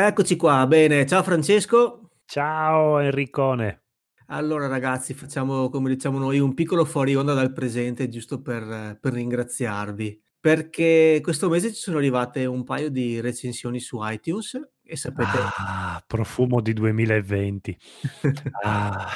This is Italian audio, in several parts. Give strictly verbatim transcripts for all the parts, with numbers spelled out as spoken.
Eccoci qua, bene. Ciao Francesco. Ciao Enricone. Allora ragazzi, facciamo come diciamo noi, un piccolo fuori onda dal presente, giusto per per ringraziarvi, perché questo mese ci sono arrivate un paio di recensioni su iTunes e sapete Ah, profumo di duemilaventi. Ah.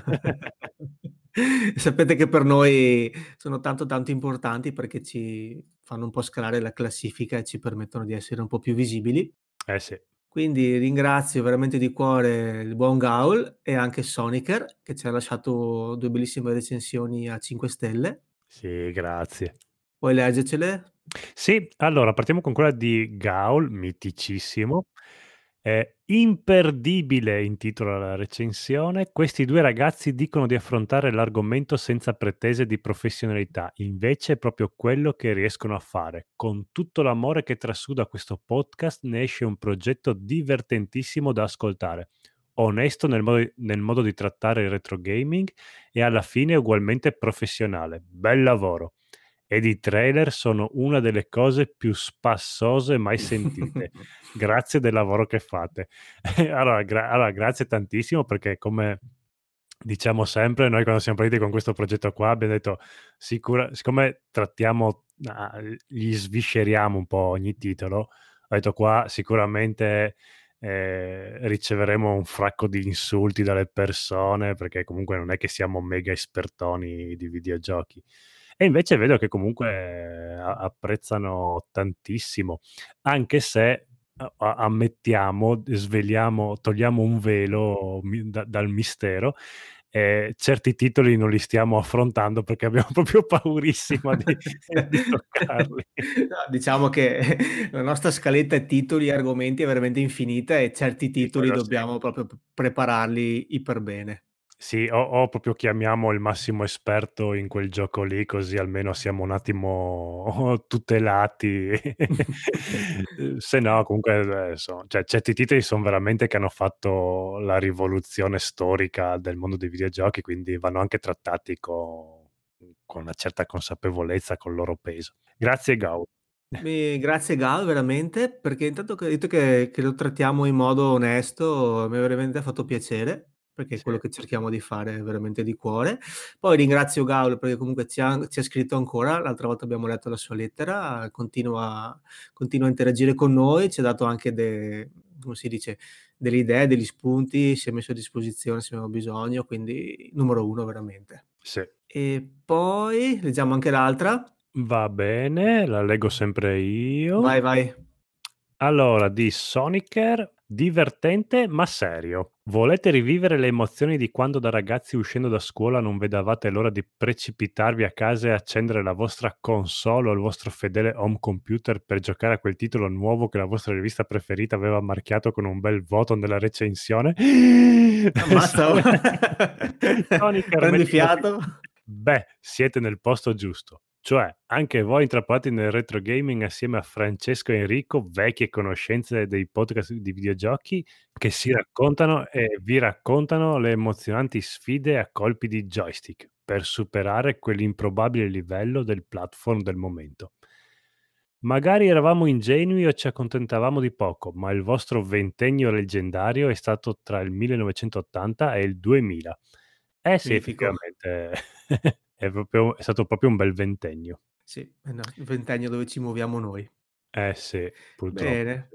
sapete che per noi sono tanto, tanto importanti perché ci fanno un po' scalare la classifica e ci permettono di essere un po' più visibili. Eh sì. Quindi ringrazio veramente di cuore il buon Gaul e anche Soniker che ci ha lasciato due bellissime recensioni a cinque stelle. Sì, grazie. Vuoi leggercele? Sì, allora partiamo con quella di Gaul, miticissimo. Ehm, "Imperdibile" intitola la recensione: "Questi due ragazzi dicono di affrontare l'argomento senza pretese di professionalità, invece è proprio quello che riescono a fare. Con tutto l'amore che trasuda questo podcast ne esce un progetto divertentissimo da ascoltare, onesto nel modo di nel modo di trattare il retro gaming e alla fine ugualmente professionale. Bel lavoro. Ed i trailer sono una delle cose più spassose mai sentite. Grazie del lavoro che fate." Allora gra allora grazie tantissimo perché come diciamo sempre, noi quando siamo partiti con questo progetto qua abbiamo detto: "Sicura" siccome trattiamo a gli svisceriamo un po' ogni titolo, ho detto: "Qua sicuramente, ehm, riceveremo un fracco di insulti dalle persone", perché comunque non è che siamo mega espertoni di videogiochi. E invece vedo che comunque a apprezzano tantissimo, anche se a a ammettiamo, sveliamo togliamo un velo mi da dal mistero, ehm, certi titoli non li stiamo affrontando perché abbiamo proprio paurissima di di toccarli. No, diciamo che la nostra scaletta titoli e argomenti è veramente infinita e certi Sì, titoli quello sì. dobbiamo proprio p prepararli iper bene. Sì, o o proprio chiamiamo il massimo esperto in quel gioco lì, così almeno siamo un attimo tutelati. Uhm, se no comunque adesso cioè certi titoli son veramente che hanno fatto la rivoluzione storica del mondo dei videogiochi, quindi vanno anche trattati co con una certa consapevolezza, col loro peso. Grazie Gau. Mi grazie Gal veramente, perché intanto che hai detto che che lo trattiamo in modo onesto, mi ha veramente fatto piacere, perché è quello Sì. che cerchiamo di fare veramente di cuore. Poi ringrazio Gaul perché comunque ci ha ci ha scritto ancora, l'altra volta abbiamo letto la sua lettera, continua continua a interagire con noi, ci ha dato anche de come si dice, delle idee, degli spunti, si è messo a disposizione se abbiamo bisogno, quindi numero uno veramente. Sì. E poi leggiamo anche l'altra. Va bene, la leggo sempre io. Vai, vai. Allora, di Soniker: "Divertente ma serio. Volete rivivere le emozioni di quando da ragazzi uscendo da scuola non vedevate l'ora di precipitarvi a casa e accendere la vostra console o il vostro fedele home computer per giocare a quel titolo nuovo che la vostra rivista preferita aveva marchiato con un bel voto nella recensione?" Ammazza, Soniker prendi metti così. fiato. Beh, siete nel posto giusto. Cioè, anche voi intrappolati nel retro gaming assieme a Francesco e Enrico, vecchie conoscenze dei podcast di videogiochi che si raccontano e vi raccontano le emozionanti sfide a colpi di joystick per superare quell'improbabile livello del platform del momento. Magari eravamo ingenui o ci accontentavamo di poco, ma il vostro ventennio leggendario è stato tra il millenovecentottanta e il duemila. Eh sì, Mitico. effettivamente è proprio è stato proprio un bel ventennio. Sì, è na il ventennio dove ci muoviamo noi. Eh sì, purtroppo Bene. sì.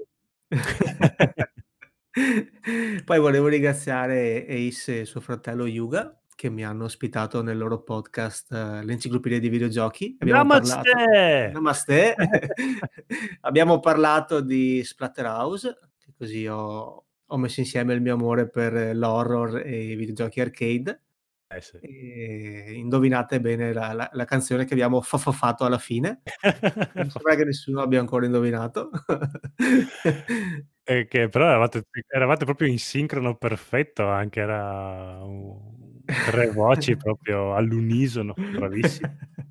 Poi volevo ringraziare Ace e suo fratello Yuga, che mi hanno ospitato nel loro podcast l'Enciclopedia dei Videogiochi. Abbiamo parlato Namaste. Namaste. Abbiamo parlato di Splatterhouse, che così ho ho messo insieme il mio amore per l'horror e i videogiochi arcade. Eh sì. E indovinate bene la la la canzone che abbiamo fa fa fatto alla fine. Mi sembra che nessuno abbia ancora indovinato. E che però eravate eravate proprio in sincrono perfetto anche, era u tre voci proprio all'unisono, bravissi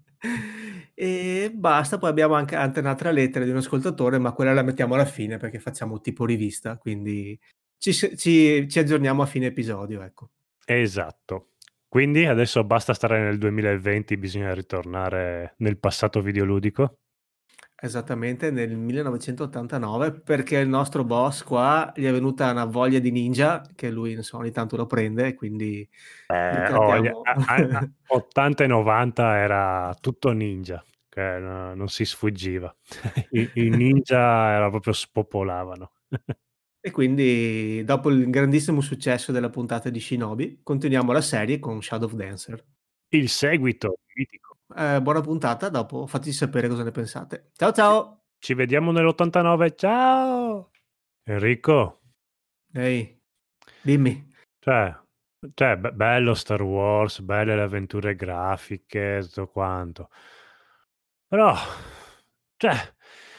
E basta, poi abbiamo anche ante un'altra lettera di un ascoltatore, ma quella la mettiamo alla fine perché facciamo tipo rivista, quindi ci s ci ci aggiorniamo a fine episodio, ecco. Esatto. Quindi adesso basta stare nel duemilaventi, bisogna ritornare nel passato videoludico? Esattamente nel millenovecentottantanove, perché il nostro boss qua gli è venuta una voglia di ninja, che lui insomma ogni tanto lo prende e quindi Eh, oh, gli a decretiamo a a ottanta e novanta era tutto ninja, che no non si sfuggiva. I i ninja era proprio spopolavano. e quindi dopo il grandissimo successo della puntata di Shinobi, continuiamo la serie con Shadow Dancer. Il seguito mitico. Ehm, buona puntata, dopo fateci sapere cosa ne pensate. Ciao, Ci ciao. ci vediamo nell'ottantanove. Ciao! Enrico, Ehi, dimmi. cioè cioè be bello Star Wars, belle le avventure grafiche, tutto quanto. Però, cioè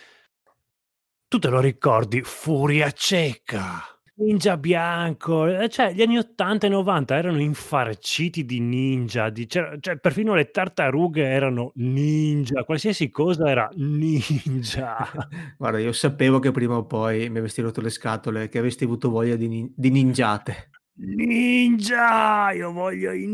tu te lo ricordi Furia Cieca, Ninja Bianco, ehm, cioè gli anni 'ottanta e 'novanta erano infarciti di ninja, di c'era cioè perfino le tartarughe erano ninja, qualsiasi cosa era ninja. Guarda, io sapevo che prima o poi mi avresti rotto le scatole, che avresti avuto voglia di nin di ningiate. Ninja! Io voglio i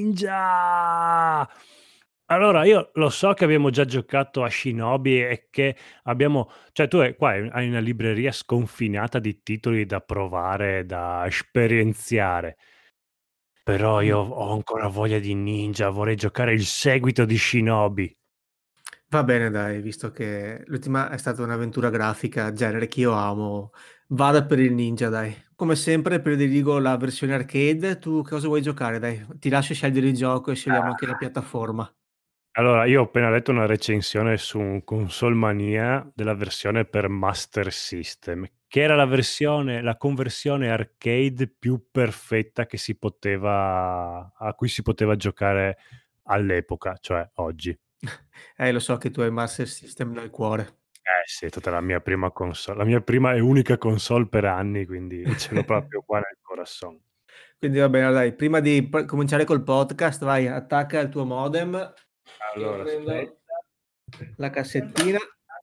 ninja! Allora io lo so che abbiamo già giocato a Shinobi e che abbiamo cioè tu hai qua hai hai una libreria sconfinata di titoli da provare, da esperienziare, però io Mh. ho ancora voglia di ninja, vorrei giocare il seguito di Shinobi. Va bene dai, visto che l'ultima è stata un'avventura grafica, genere che io amo, vado per il ninja dai. Come sempre prediligo la versione arcade, tu cosa vuoi giocare dai? Ti lascio scegliere il gioco e scegliamo anche la Ah. piattaforma. Allora, io ho appena letto una recensione su un Console Mania della versione per Master System, che era la versione la conversione arcade più perfetta che si poteva a cui si poteva giocare all'epoca, cioè oggi. Eh, lo so che tu hai Master System nel cuore. Eh sì, è stata la mia prima console, la mia prima e unica console per anni, quindi ce l'ho proprio qua nel corazon. Quindi va bene dai, prima di p cominciare col podcast, vai, attacca il tuo modem. Io Allora prendo aspetta. la cassettina.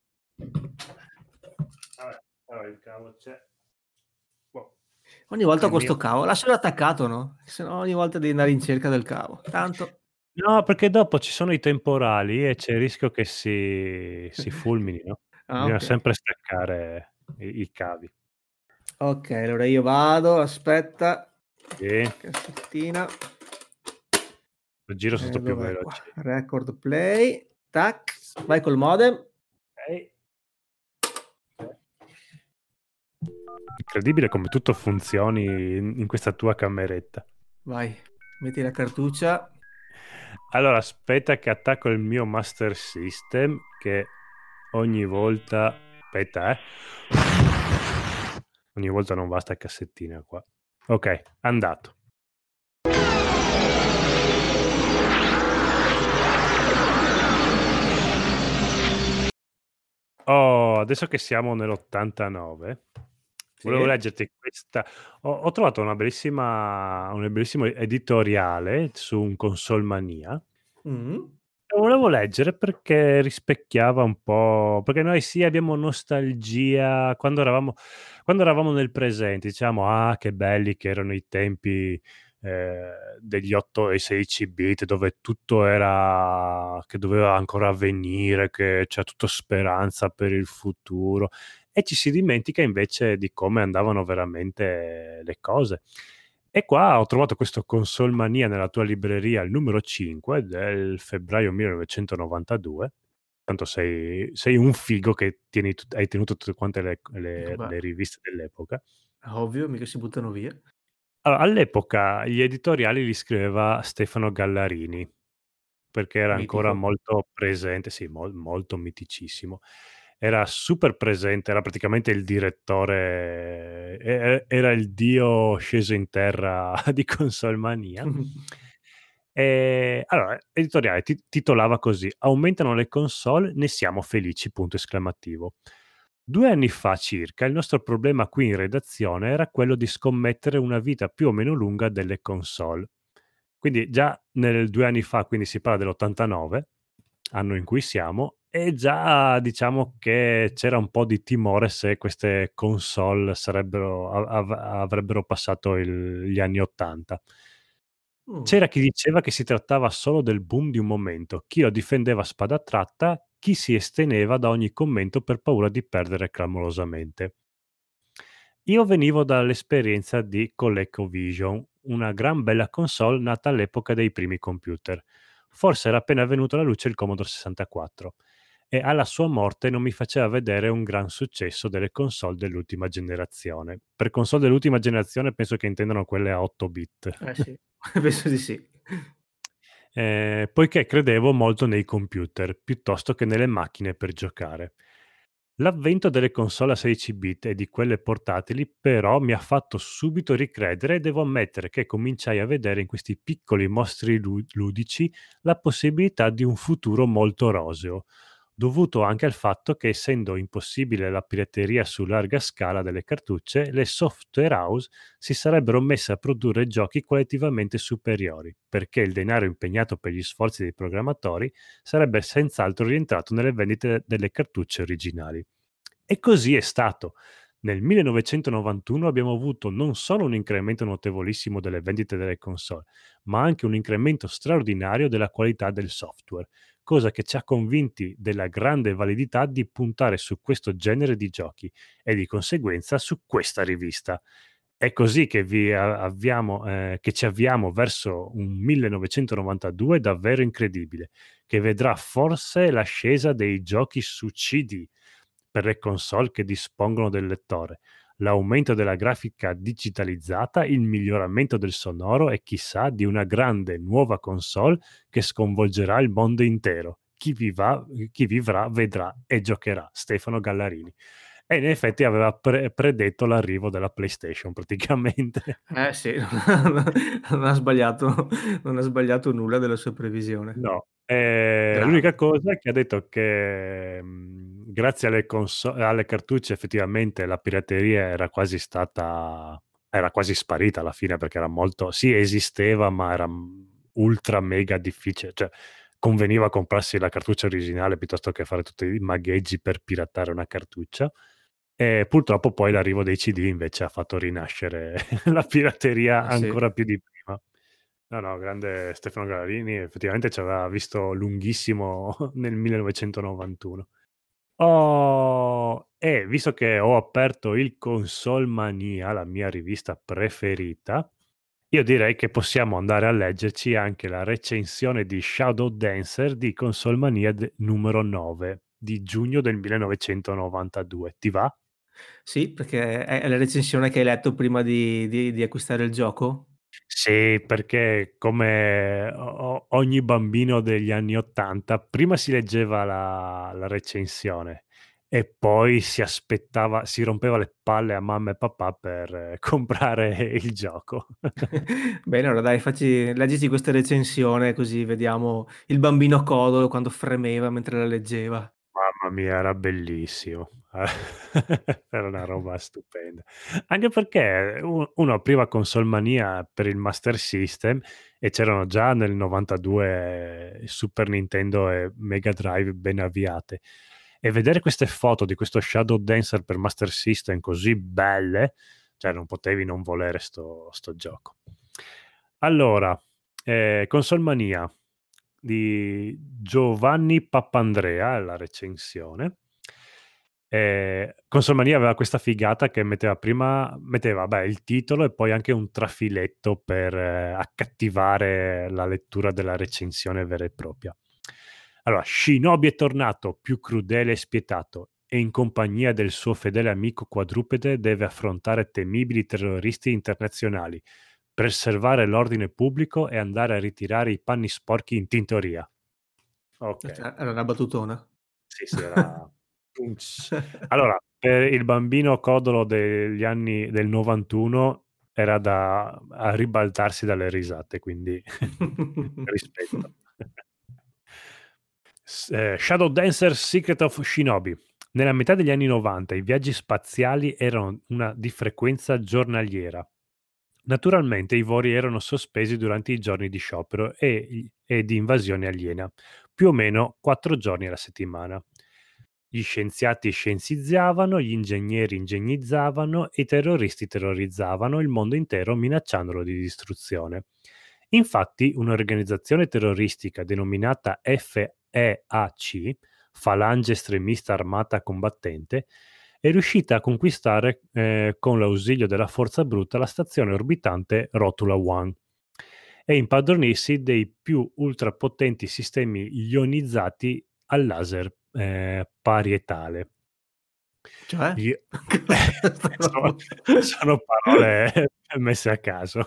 Vabbè, allora il cavo c'è. Boh, Ogni volta il con mio 'sto cavo, lascialo attaccato, no, se no ogni volta devi andare in cerca del cavo. Tanto no, perché dopo ci sono i temporali e c'è il rischio che si si fulminino. ah, Bisogna okay. sempre staccare i i cavi. Okay, allora io vado, aspetta, Sì, cassettina, lo giro ehm, sotto più dov'è qua? veloce. Record play, tac, vai col modem, Okay. Incredibile come tutto funzioni in in questa tua cameretta. vai, metti la cartuccia, Allora aspetta che attacco il mio Master System che ogni volta aspetta eh. Ogni volta non va 'sta cassettina qua. Okay, andato. Oh, adesso che siamo nell'ottantanove, volevo sì, leggerti questa ho ho trovato una bellissima un bellissimo editoriale su un Console Mania. mh, Lo volevo leggere perché rispecchiava un po' perché noi sì abbiamo nostalgia quando eravamo quando eravamo nel presente diciamo: "Ah, che belli che erano i tempi, ehm, degli otto e sedici bit dove tutto era che doveva ancora avvenire, che c'è tutto speranza per il futuro." E ci si dimentica invece di come andavano veramente le cose. E qua ho trovato questo Console Mania nella tua libreria, il numero cinque del febbraio millenovecentonovantadue. Tanto sei sei un figo che tieni tut hai tenuto tutte quante le le vabbè, le riviste dell'epoca. ovvio, mica si buttano via. Allora, all'epoca gli editoriali li scriveva Stefano Gallarini. Perché era ancora Mitico. molto presente sì, mol molto miticissimo. Era super presente, era praticamente il direttore e e era il dio sceso in terra di Consolmania. Ehm, allora, editoriale ti titolava così: "Aumentano le console, ne siamo felici!" Punto esclamativo. due anni fa circa, il nostro problema qui in redazione era quello di scommettere una vita più o meno lunga delle console. Quindi già nel due anni fa, quindi si parla dell'ottantanove, anno in cui siamo, e già diciamo che c'era un po' di timore se queste console sarebbero a av avrebbero passato il gli anni 'ottanta. Mh, C'era chi diceva che si trattava solo del boom di un momento, chi lo difendeva a spada tratta, chi si esteneva da ogni commento per paura di perdere clamorosamente. Io venivo dall'esperienza di ColecoVision, una gran bella console nata all'epoca dei primi computer. Forse era appena venuto alla luce il Commodore sessantaquattro e alla sua morte non mi faceva vedere un gran successo delle console dell'ultima generazione. Per console dell'ultima generazione penso che intendano quelle a otto bit. Eh sì, penso di sì. Ehm, poiché credevo molto nei computer, piuttosto che nelle macchine per giocare. L'avvento delle console a sedici bit e di quelle portatili però mi ha fatto subito ricredere e devo ammettere che cominciai a vedere in questi piccoli mostri lu ludici la possibilità di un futuro molto roseo, dovuto anche al fatto che, essendo impossibile la pirateria su larga scala delle cartucce, le software house si sarebbero messe a produrre giochi qualitativamente superiori, perché il denaro impegnato per gli sforzi dei programmatori sarebbe senz'altro rientrato nelle vendite delle cartucce originali. E così è stato. Nel millenovecentonovantuno abbiamo avuto non solo un incremento notevolissimo delle vendite delle console, ma anche un incremento straordinario della qualità del software, cosa che ci ha convinti della grande validità di puntare su questo genere di giochi e di conseguenza su questa rivista. È così che vi a avviamo ehm, che ci avviamo verso un millenovecentonovantadue davvero incredibile, che vedrà forse l'ascesa dei giochi su C D per le console che dispongono del lettore, l'aumento della grafica digitalizzata, il miglioramento del sonoro e chissà di una grande nuova console che sconvolgerà il mondo intero. Chi viva chi vivrà vedrà e giocherà. Stefano Gallarini. E in effetti aveva pre predetto l'arrivo della PlayStation praticamente. Eh sì, non ha sbagliato non ha sbagliato nulla della sua previsione. No, ehm, l'unica Grande. cosa è che ha detto che, mhmm, grazie alle conso alle cartucce effettivamente la pirateria era quasi stata era quasi sparita alla fine, perché era molto sì, esisteva, ma era, mhmm, ultra mega difficile, cioè conveniva comprarsi la cartuccia originale piuttosto che fare tutti i magheggi per piratare una cartuccia. E purtroppo poi l'arrivo dei C D invece ha fatto rinascere la pirateria Eh sì. ancora più di prima. No, no, grande Stefano Gallarini, effettivamente ci aveva visto lunghissimo nel millenovecentonovantuno. Ho e visto che ho aperto il Console Mania, la mia rivista preferita, io direi che possiamo andare a leggerci anche la recensione di Shadow Dancer di Console Mania d numero nove di giugno del millenovecentonovantadue. Ti va? Sì, perché è è la recensione che hai letto prima di di di acquistare il gioco? Sì, perché come o o ogni bambino degli anni 'ottanta, prima si leggeva la la recensione e poi si aspettava si rompeva le palle a mamma e papà per comprare il gioco. Bene, allora dai, facci leggiti questa recensione così vediamo il bambino Codolo quando fremeva mentre la leggeva. Mamma mia, era bellissimo. Era una roba stupenda. Anche perché u uno apriva Consolmania per il Master System e c'erano già nel 'novantadue Super Nintendo e Mega Drive ben avviate. E vedere queste foto di questo Shadow Dancer per Master System così belle, cioè non potevi non volere sto sto gioco. Allora, ehm, Consolmania di Giovanni Pappandrea, la recensione. Ehm, Consolmania aveva questa figata che metteva prima metteva, beh, il titolo e poi anche un trafiletto per eh, accattivare la lettura della recensione vera e propria. Allora, Shinobi è tornato più crudele e spietato e in compagnia del suo fedele amico quadrupede deve affrontare temibili terroristi internazionali, preservare l'ordine pubblico e andare a ritirare i panni sporchi in tintoria. Okay. Cioè, era una battutona. Sì, sì, era Tunks. Allora, per il bambino codolo degli anni del 'novantuno era da a ribaltarsi dalle risate, quindi rispetto. S ehm, Shadow Dancer: Secret of Shinobi. Nella metà degli anni 'novanta i viaggi spaziali erano una di frequenza giornaliera. Naturalmente i voli erano sospesi durante i giorni di sciopero e i e di invasione aliena, più o meno quattro giorni alla settimana. Gli scienziati scienzizzavano, gli ingegneri ingegnizzavano e i terroristi terrorizzavano il mondo intero minacciandolo di distruzione. Infatti, un'organizzazione terroristica denominata F E A C falange estremista armata combattente, è riuscita a conquistare, eh, con l'ausilio della forza bruta, la stazione orbitante Rotula One e impadronirsi dei più ultrapotenti sistemi ionizzati al laser, eh, parietale. Cioè? Gli Cos'è sta sono roba? sono parole messe a caso.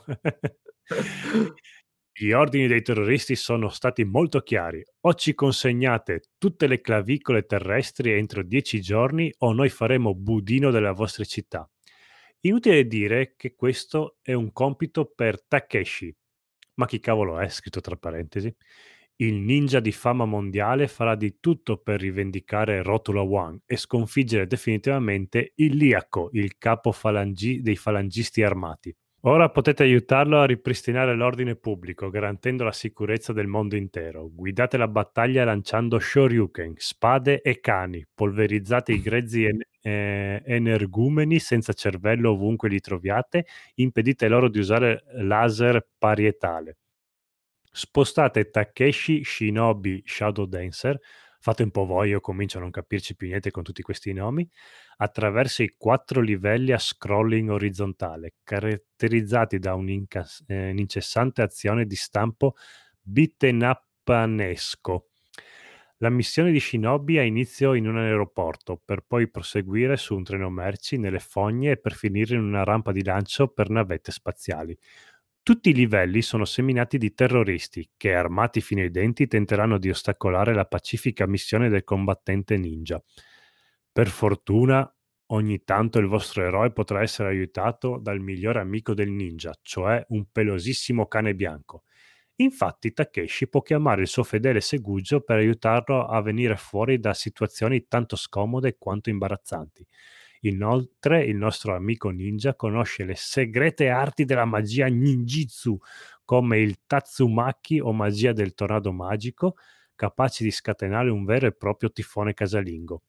Gli ordini dei terroristi sono stati molto chiari: o ci consegnate tutte le clavicole terrestri entro dieci giorni o noi faremo budino delle vostre città. Inutile dire che questo è un compito per Takeshi. Ma chi cavolo è? Scritto tra parentesi. Il ninja di fama mondiale farà di tutto per rivendicare Rotula One e sconfiggere definitivamente il Liaco, il capo falangi- dei falangisti armati. Ora potete aiutarlo a ripristinare l'ordine pubblico, garantendo la sicurezza del mondo intero. Guidate la battaglia lanciando shoryuken, spade e cani. Polverizzate i grezzi en- eh, energumeni senza cervello ovunque li troviate. Impedite loro di usare laser parietale. Spostate Takeshi Shinobi Shadow Dancer, fate un po' voi, io comincio a non capirci più niente con tutti questi nomi, attraverso i quattro livelli a scrolling orizzontale, caratterizzati da un'incas- eh, un'incessante azione di stampo beat'em upanesco. La missione di Shinobi ha inizio in un aeroporto, per poi proseguire su un treno merci, nelle fogne e per finire in una rampa di lancio per navette spaziali. Tutti i livelli sono seminati di terroristi che, armati fino ai denti, tenteranno di ostacolare la pacifica missione del combattente ninja. Per fortuna, ogni tanto il vostro eroe potrà essere aiutato dal migliore amico del ninja, cioè un pelosissimo cane bianco. Infatti, Takeshi può chiamare il suo fedele Segugio per aiutarlo a venire fuori da situazioni tanto scomode quanto imbarazzanti. Inoltre, il nostro amico ninja conosce le segrete arti della magia ninjitsu, come il Tatsumaki o magia del tornado magico, capaci di scatenare un vero e proprio tifone casalingo.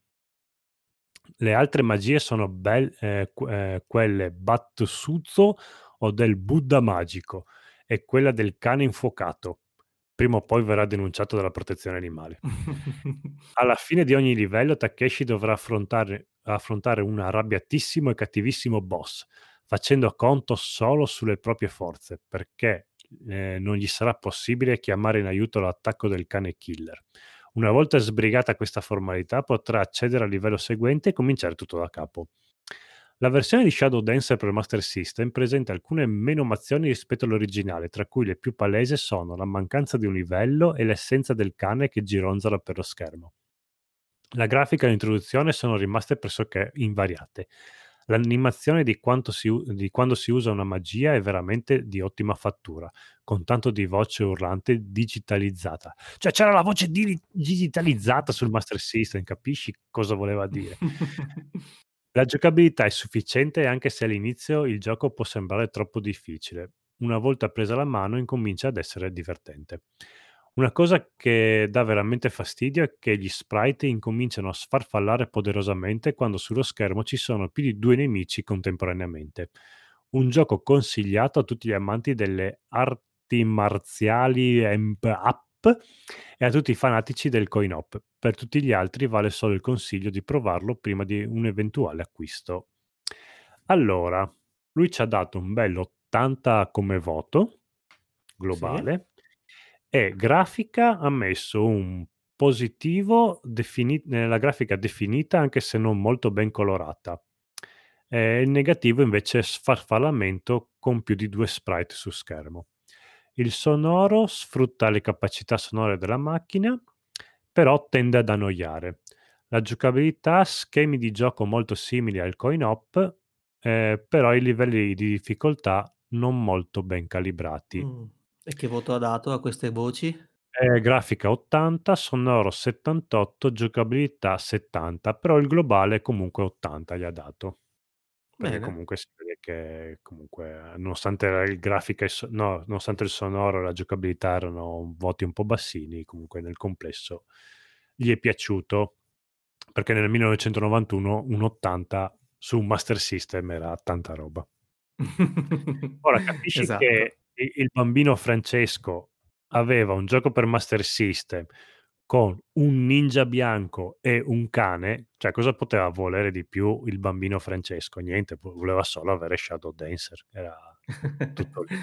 Le altre magie sono bel- eh, que- eh, quelle Battsuzo o del Buddha magico e quella del cane infuocato. Prima o poi verrà denunciato dalla protezione animale. Alla fine di ogni livello Takeshi dovrà affrontare, affrontare un arrabbiatissimo e cattivissimo boss, facendo conto solo sulle proprie forze, perché eh, non gli sarà possibile chiamare in aiuto l'attacco del cane killer. Una volta sbrigata questa formalità, potrà accedere al livello seguente e cominciare tutto da capo. La versione di Shadow Dancer per Master System presenta alcune menomazioni rispetto all'originale, tra cui le più palesi sono la mancanza di un livello e l'essenza del cane che gironzola per lo schermo. La grafica e l'introduzione sono rimaste pressoché invariate. L'animazione di, quanto si u- di quando si usa una magia è veramente di ottima fattura, con tanto di voce urlante digitalizzata. Cioè c'era la voce di- digitalizzata sul Master System, capisci cosa voleva dire? La giocabilità è sufficiente anche se all'inizio il gioco può sembrare troppo difficile. Una volta presa la mano incomincia ad essere divertente. Una cosa che dà veramente fastidio è che gli sprite incominciano a sfarfallare poderosamente quando sullo schermo ci sono più di due nemici contemporaneamente. Un gioco consigliato a tutti gli amanti delle arti marziali emp up e a tutti i fanatici del coin op. Per tutti gli altri vale solo il consiglio di provarlo prima di un eventuale acquisto. Allora, lui ci ha dato un bel ottanta come voto Sì? globale e grafica ha messo un positivo, defini- eh, la grafica definita anche se non molto ben colorata. Eh, il negativo invece è sfarfallamento con più di due sprite su schermo. Il sonoro sfrutta le capacità sonore della macchina, però tende ad annoiare. La giocabilità, schemi di gioco molto simili al coin op, eh, però i livelli di difficoltà non molto ben calibrati. Mh. E che voto ha dato a queste voci? Eh, grafica ottanta, sonoro settantotto, giocabilità settanta, però il globale comunque ottanta gli ha dato. Perché Bene. comunque si vede che comunque nonostante la il grafica e so no, nonostante il sonoro e la giocabilità erano voti un po' bassini, comunque nel complesso gli è piaciuto, perché nel millenovecentonovantuno un ottanta su un Master System era tanta roba. Ora capisci Esatto. che i il bambino Francesco aveva un gioco per Master System con un ninja bianco e un cane, cioè cosa poteva volere di più il bambino Francesco? Niente, vo voleva solo avere Shadow Dancer, era tutto lì.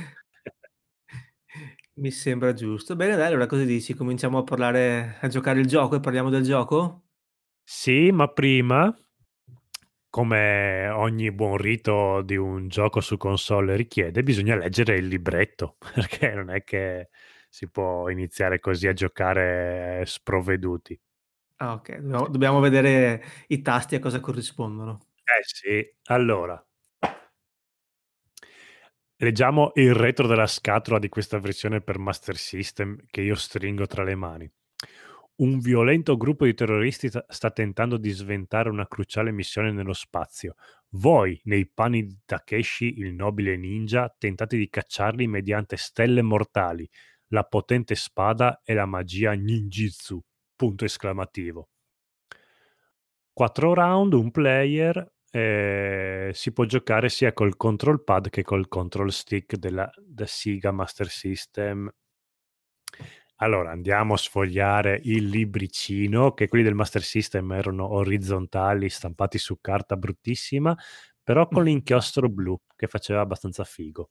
Mi sembra giusto. Bene dai, allora cosa dici? Cominciamo a parlare a giocare il gioco e parliamo del gioco? Sì, ma prima, come ogni buon rito di un gioco su console richiede, bisogna leggere il libretto, perché non è che si può iniziare così a giocare sprovveduti. Ah okay, dobbiamo dobbiamo vedere i tasti a cosa corrispondono. Eh sì, allora leggiamo il retro della scatola di questa versione per Master System che io stringo tra le mani. Un violento gruppo di terroristi sta sta tentando di sventare una cruciale missione nello spazio. Voi, nei panni di Takeshi, il nobile ninja, tentate di cacciarli mediante stelle mortali, la potente spada e la magia ninjitsu. Punto esclamativo. quattro round, un player, ehm, si può giocare sia col control pad che col control stick della da Sega Master System. Allora, andiamo a sfogliare il libricino, che quelli del Master System erano orizzontali, stampati su carta bruttissima, però con l'inchiostro blu, che faceva abbastanza figo.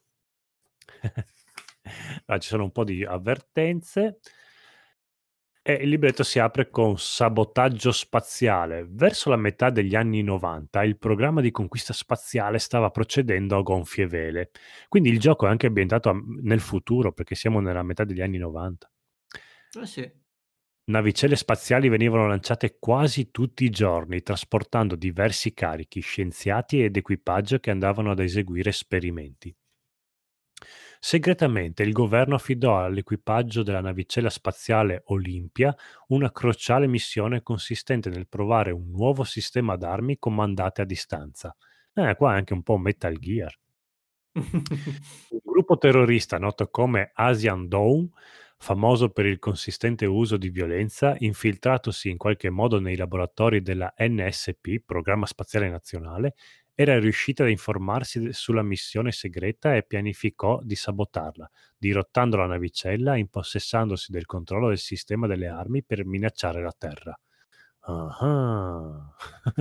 Ah, ci sono un po' di avvertenze. E il libretto si apre con sabotaggio spaziale. Verso la metà degli anni novanta il programma di conquista spaziale stava procedendo a gonfie vele. Quindi il gioco è anche ambientato a- nel futuro, perché siamo nella metà degli anni novanta. Ah sì. Navicelle spaziali venivano lanciate quasi tutti i giorni, trasportando diversi carichi, scienziati ed equipaggio che andavano ad eseguire esperimenti. Segretamente il governo affidò all'equipaggio della navicella spaziale Olympia una cruciale missione consistente nel provare un nuovo sistema d'armi comandate a distanza. Eh, qua è anche un po' Metal Gear. Un gruppo terrorista noto come Asian Dawn, famoso per il consistente uso di violenza, infiltratosi in qualche modo nei laboratori della N S P, Programma Spaziale Nazionale, era riuscita ad informarsi de- sulla missione segreta e pianificò di sabotarla, dirottando la navicella e impossessandosi del controllo del sistema delle armi per minacciare la Terra. Ah.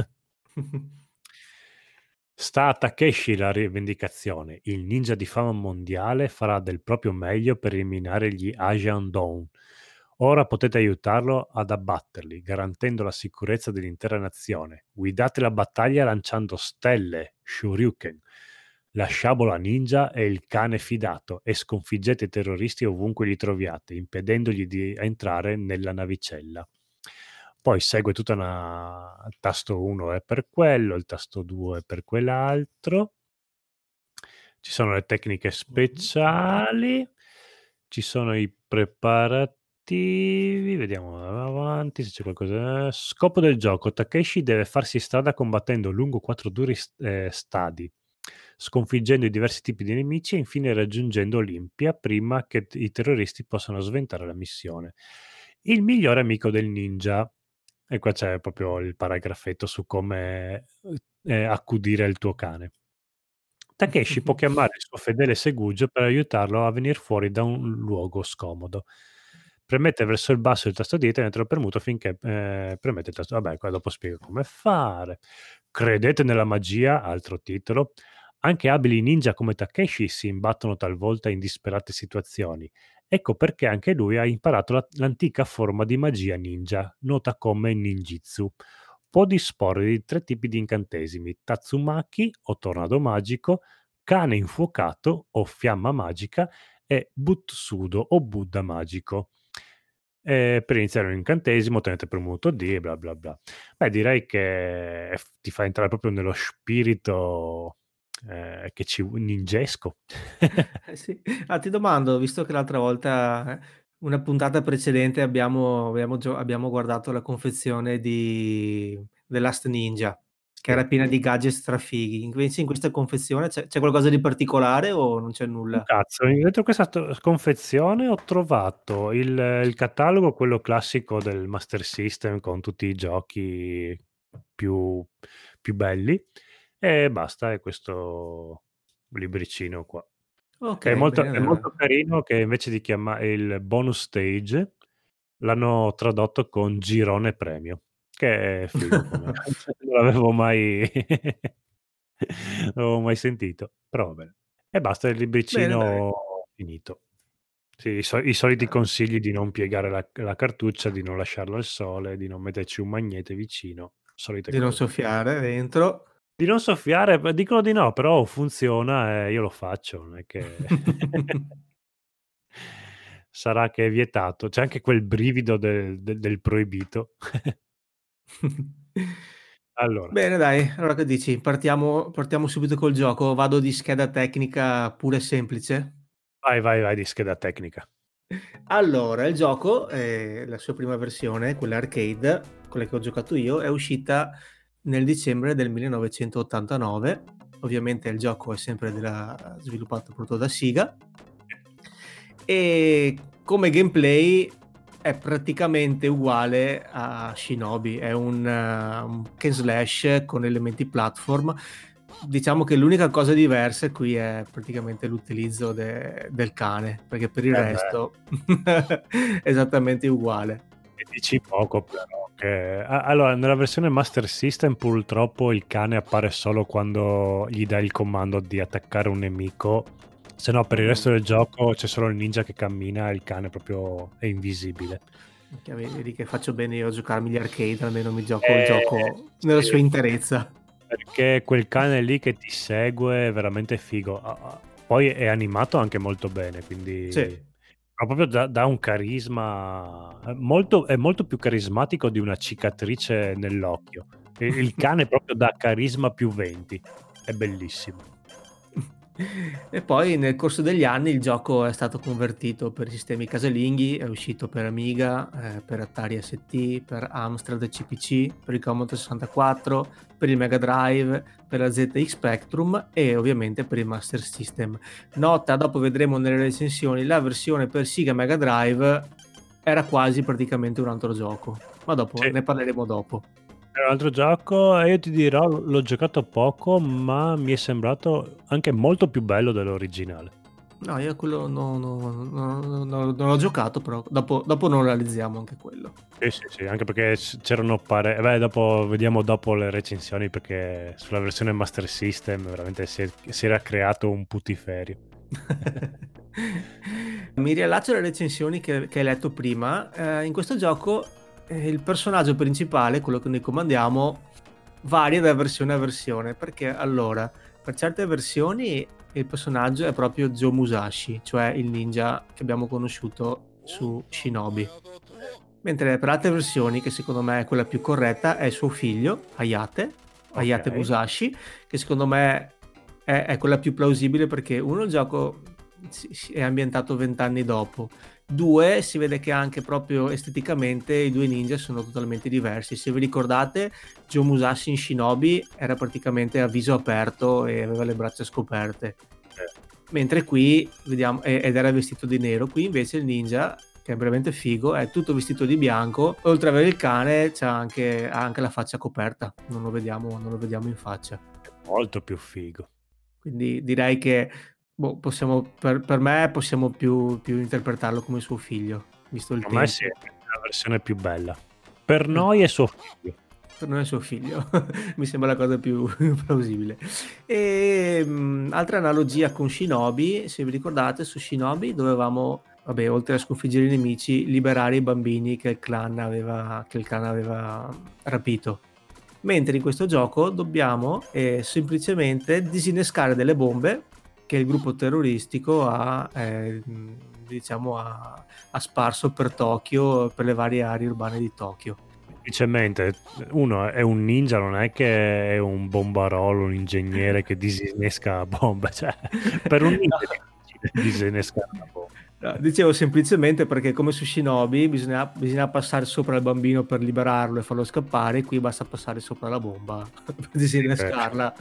Sta a Takeshi la rivendicazione. Il ninja di fama mondiale farà del proprio meglio per eliminare gli Asian Dawn. Ora potete aiutarlo ad abbatterli, garantendo la sicurezza dell'intera nazione. Guidate la battaglia lanciando stelle, shuriken, la sciabola ninja e il cane fidato e sconfiggete i terroristi ovunque li troviate, impedendogli di entrare nella navicella. Poi segue tutta una il tasto uno è per quello, il tasto due è per quell'altro. Ci sono le tecniche Mh-mh. speciali, ci sono i preparativi, vediamo avanti se c'è qualcosa. Scopo del gioco: Takeshi deve farsi strada combattendo lungo quattro duri s ehm, stadi, sconfiggendo i diversi tipi di nemici e infine raggiungendo Olimpia prima che t i terroristi possano sventare la missione. Il migliore amico del ninja. E qua c'è proprio il paragrafetto su come, uhm, ehm, accudire il tuo cane. Takeshi può chiamare il suo fedele Segugio per aiutarlo a venir fuori da un luogo scomodo. Premette verso il basso il tasto D e tenetelo premuto finché, ehm, premete il tasto vabbè qua dopo spiega come fare. Credete nella magia? Altro titolo. Anche abili ninja come Takeshi si imbattono talvolta in disperate situazioni. Ecco perché anche lui ha imparato la l'antica forma di magia ninja, nota come ninjitsu. Può disporre di tre tipi di incantesimi: Tatsumaki o tornado magico, cane infuocato o fiamma magica e Butsudo o Buddha magico. Ehm, per iniziare un incantesimo tenete premuto D e bla bla bla. Beh, direi che f ti fa entrare proprio nello spirito, ehm, che ci u ninjesco. Eh sì. Ah, ti domando, visto che l'altra volta, eh, una puntata precedente abbiamo abbiamo gio abbiamo guardato la confezione di The Last Ninja, che Sì. era piena di gadget strafighi. Invece in questa confezione c'è c'è qualcosa di particolare o non c'è Un nulla? cazzo, in dentro questa st confezione ho trovato il il catalogo, quello classico del Master System con tutti i giochi più più belli e basta, è questo libricino qua. È Okay, molto bene è allora. molto carino che invece di chiama il bonus stage, l'hanno tradotto con girone premio, che è figo come non l'avevo mai non l'avevo mai sentito, però vabbè. E basta, il Bene dai. libricino finito. Sì, i so i soliti Ah. consigli di non piegare la la cartuccia, di non lasciarlo al sole, di non metterci un magnete vicino, solite Di non cose. soffiare dentro. Di non soffiare, beh, dicono di no, però funziona e io lo faccio, non è che sarà che è vietato. C'è anche quel brivido del del del proibito. Allora, Bene dai, allora che dici? Partiamo partiamo subito col gioco? Vado di scheda tecnica pura e semplice? vai, vai, vai di scheda tecnica. Allora, il gioco, ehm, la sua prima versione, quella arcade, quella che ho giocato io, è uscita nel dicembre del millenovecentottantanove. Ovviamente il gioco è sempre della sviluppato appunto da Sega. E come gameplay è praticamente uguale a Shinobi, è un uh, un hack and slash con elementi platform. Diciamo che l'unica cosa diversa qui è praticamente l'utilizzo de del cane, perché per il Eh beh, resto è esattamente uguale. mi dici poco però che a allora nella versione Master System purtroppo il cane appare solo quando gli dai il comando di attaccare un nemico, se no per il Mh-mh. resto del gioco c'è solo il ninja che cammina e il cane proprio è invisibile. Minchia, ve vedi che faccio bene io a giocarmi gli arcade, almeno mi gioco il Ehm, gioco nella sì. sua interezza. Perché quel cane lì che ti segue è veramente figo. A a Poi è animato anche molto bene, Sì. quindi ma proprio dà dà un carisma è molto è molto più carismatico di una cicatrice nell'occhio. I il cane proprio dà carisma più venti. È bellissimo. E poi nel corso degli anni il gioco è stato convertito per i sistemi casalinghi, è uscito per Amiga, ehm, per Atari S T, per Amstrad C P C, per il Commodore sessantaquattro, per il Mega Drive, per la Z X Spectrum e ovviamente per il Master System. Nota, dopo vedremo nelle recensioni, la versione per Sega Mega Drive era quasi praticamente un altro gioco, ma dopo Sì, ne parleremo dopo. è un altro gioco e io ti dirò, l l'ho giocato poco, ma mi è sembrato anche molto più bello dell'originale. No, io quello no no no no no non l'ho giocato, però dopo dopo lo analizziamo anche quello. Sì, sì, sì, anche perché c c'erano pare beh, dopo vediamo dopo le recensioni, perché sulla versione Master System veramente si è si era creato un putiferio. Mi riallaccio alle recensioni che che hai letto prima. Ehm, in questo gioco, ehm, il personaggio principale, quello che noi comandiamo, varia da versione a versione, perché allora, per certe versioni il personaggio è proprio Joe Musashi, cioè il ninja che abbiamo conosciuto su Shinobi. Mentre per altre versioni, che secondo me è quella più corretta, è suo figlio, Hayate, Hayate Okay, Musashi, che secondo me è è quella più plausibile perché uno il gioco si si è ambientato venti anni dopo, due si vede che anche proprio esteticamente i due ninja sono totalmente diversi. Se vi ricordate, Joe Musashi in Shinobi era praticamente a viso aperto e aveva le braccia scoperte, eh, mentre qui vediamo e ed era vestito di nero. Qui invece il ninja, che è veramente figo, è tutto vestito di bianco, oltre ad avere il cane c'ha anche ha anche la faccia coperta, non lo vediamo non lo vediamo in faccia. molto più figo. Quindi direi che, boh, possiamo per per me possiamo più più interpretarlo come suo figlio, visto il Secondo me sì, tempo. è la versione più bella. Per Mh, noi è suo figlio. per noi è suo figlio, mi sembra la cosa più plausibile. Ehm, altra analogia con Shinobi, se vi ricordate su Shinobi dovevamo, vabbè, oltre a sconfiggere i nemici, liberare i bambini che il clan aveva che il clan aveva rapito. Mentre in questo gioco dobbiamo, ehm, semplicemente disinnescare delle bombe che il gruppo terroristico ha, ehm, diciamo ha ha sparso per Tokyo, per le varie aree urbane di Tokyo. Semplicemente, uno è un ninja, non è che è un bombarolo, un ingegnere che disinnesca bombe, cioè per un No. ninja è difficile disinnescare una bomba. No, dicevo semplicemente perché come su Shinobi bisogna bisogna passare sopra il bambino per liberarlo e farlo scappare, qui basta passare sopra la bomba per Sì, eh. disinnescarla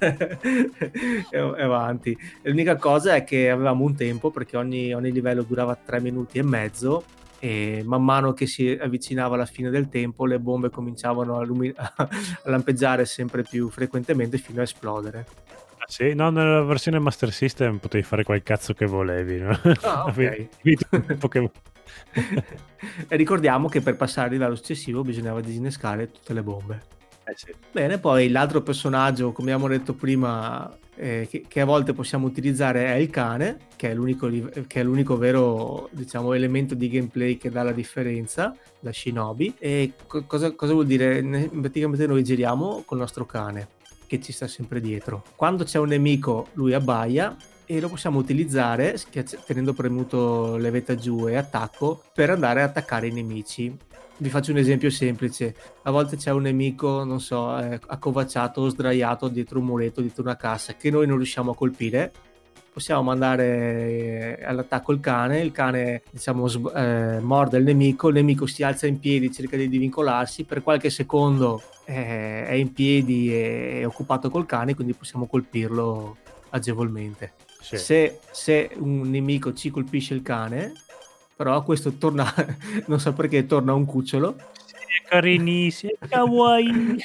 e o e avanti. L'unica cosa è che avevamo un tempo, perché ogni ogni livello durava tre minuti e mezzo e man mano che si avvicinava la fine del tempo le bombe cominciavano a lumi a lampeggiare sempre più frequentemente fino a esplodere. Ah sì? No, nella versione Master System potevi fare quel cazzo che volevi, no, Ah, avevi okay. il tempo che E ricordiamo che per passare al livello successivo bisognava disinnescare tutte le bombe. Eh sì. Bene, poi l'altro personaggio, come abbiamo detto prima, eh, che, che a volte possiamo utilizzare è il cane, che è l'unico, live- che è l'unico vero, diciamo, elemento di gameplay che dà la differenza da Shinobi. E co- cosa, cosa vuol dire? Ne- Praticamente noi giriamo col nostro cane, che ci sta sempre dietro. Quando c'è un nemico, lui abbaia e lo possiamo utilizzare schiacci- tenendo premuto levetta giù e attacco per andare a attaccare i nemici. Vi faccio un esempio semplice: a volte c'è un nemico, non so, eh, accovacciato o sdraiato dietro un muretto, dietro una cassa, che noi non riusciamo a colpire. Possiamo mandare eh, all'attacco il cane, il cane, diciamo, sb- eh, morde il nemico, il nemico si alza in piedi, cerca di divincolarsi, per qualche secondo eh, è in piedi e è occupato col cane, quindi possiamo colpirlo agevolmente. Sì. Se, se un nemico ci colpisce il cane, però questo torna, non so perché, torna un cucciolo. Sì, è carinissimo, è kawaii.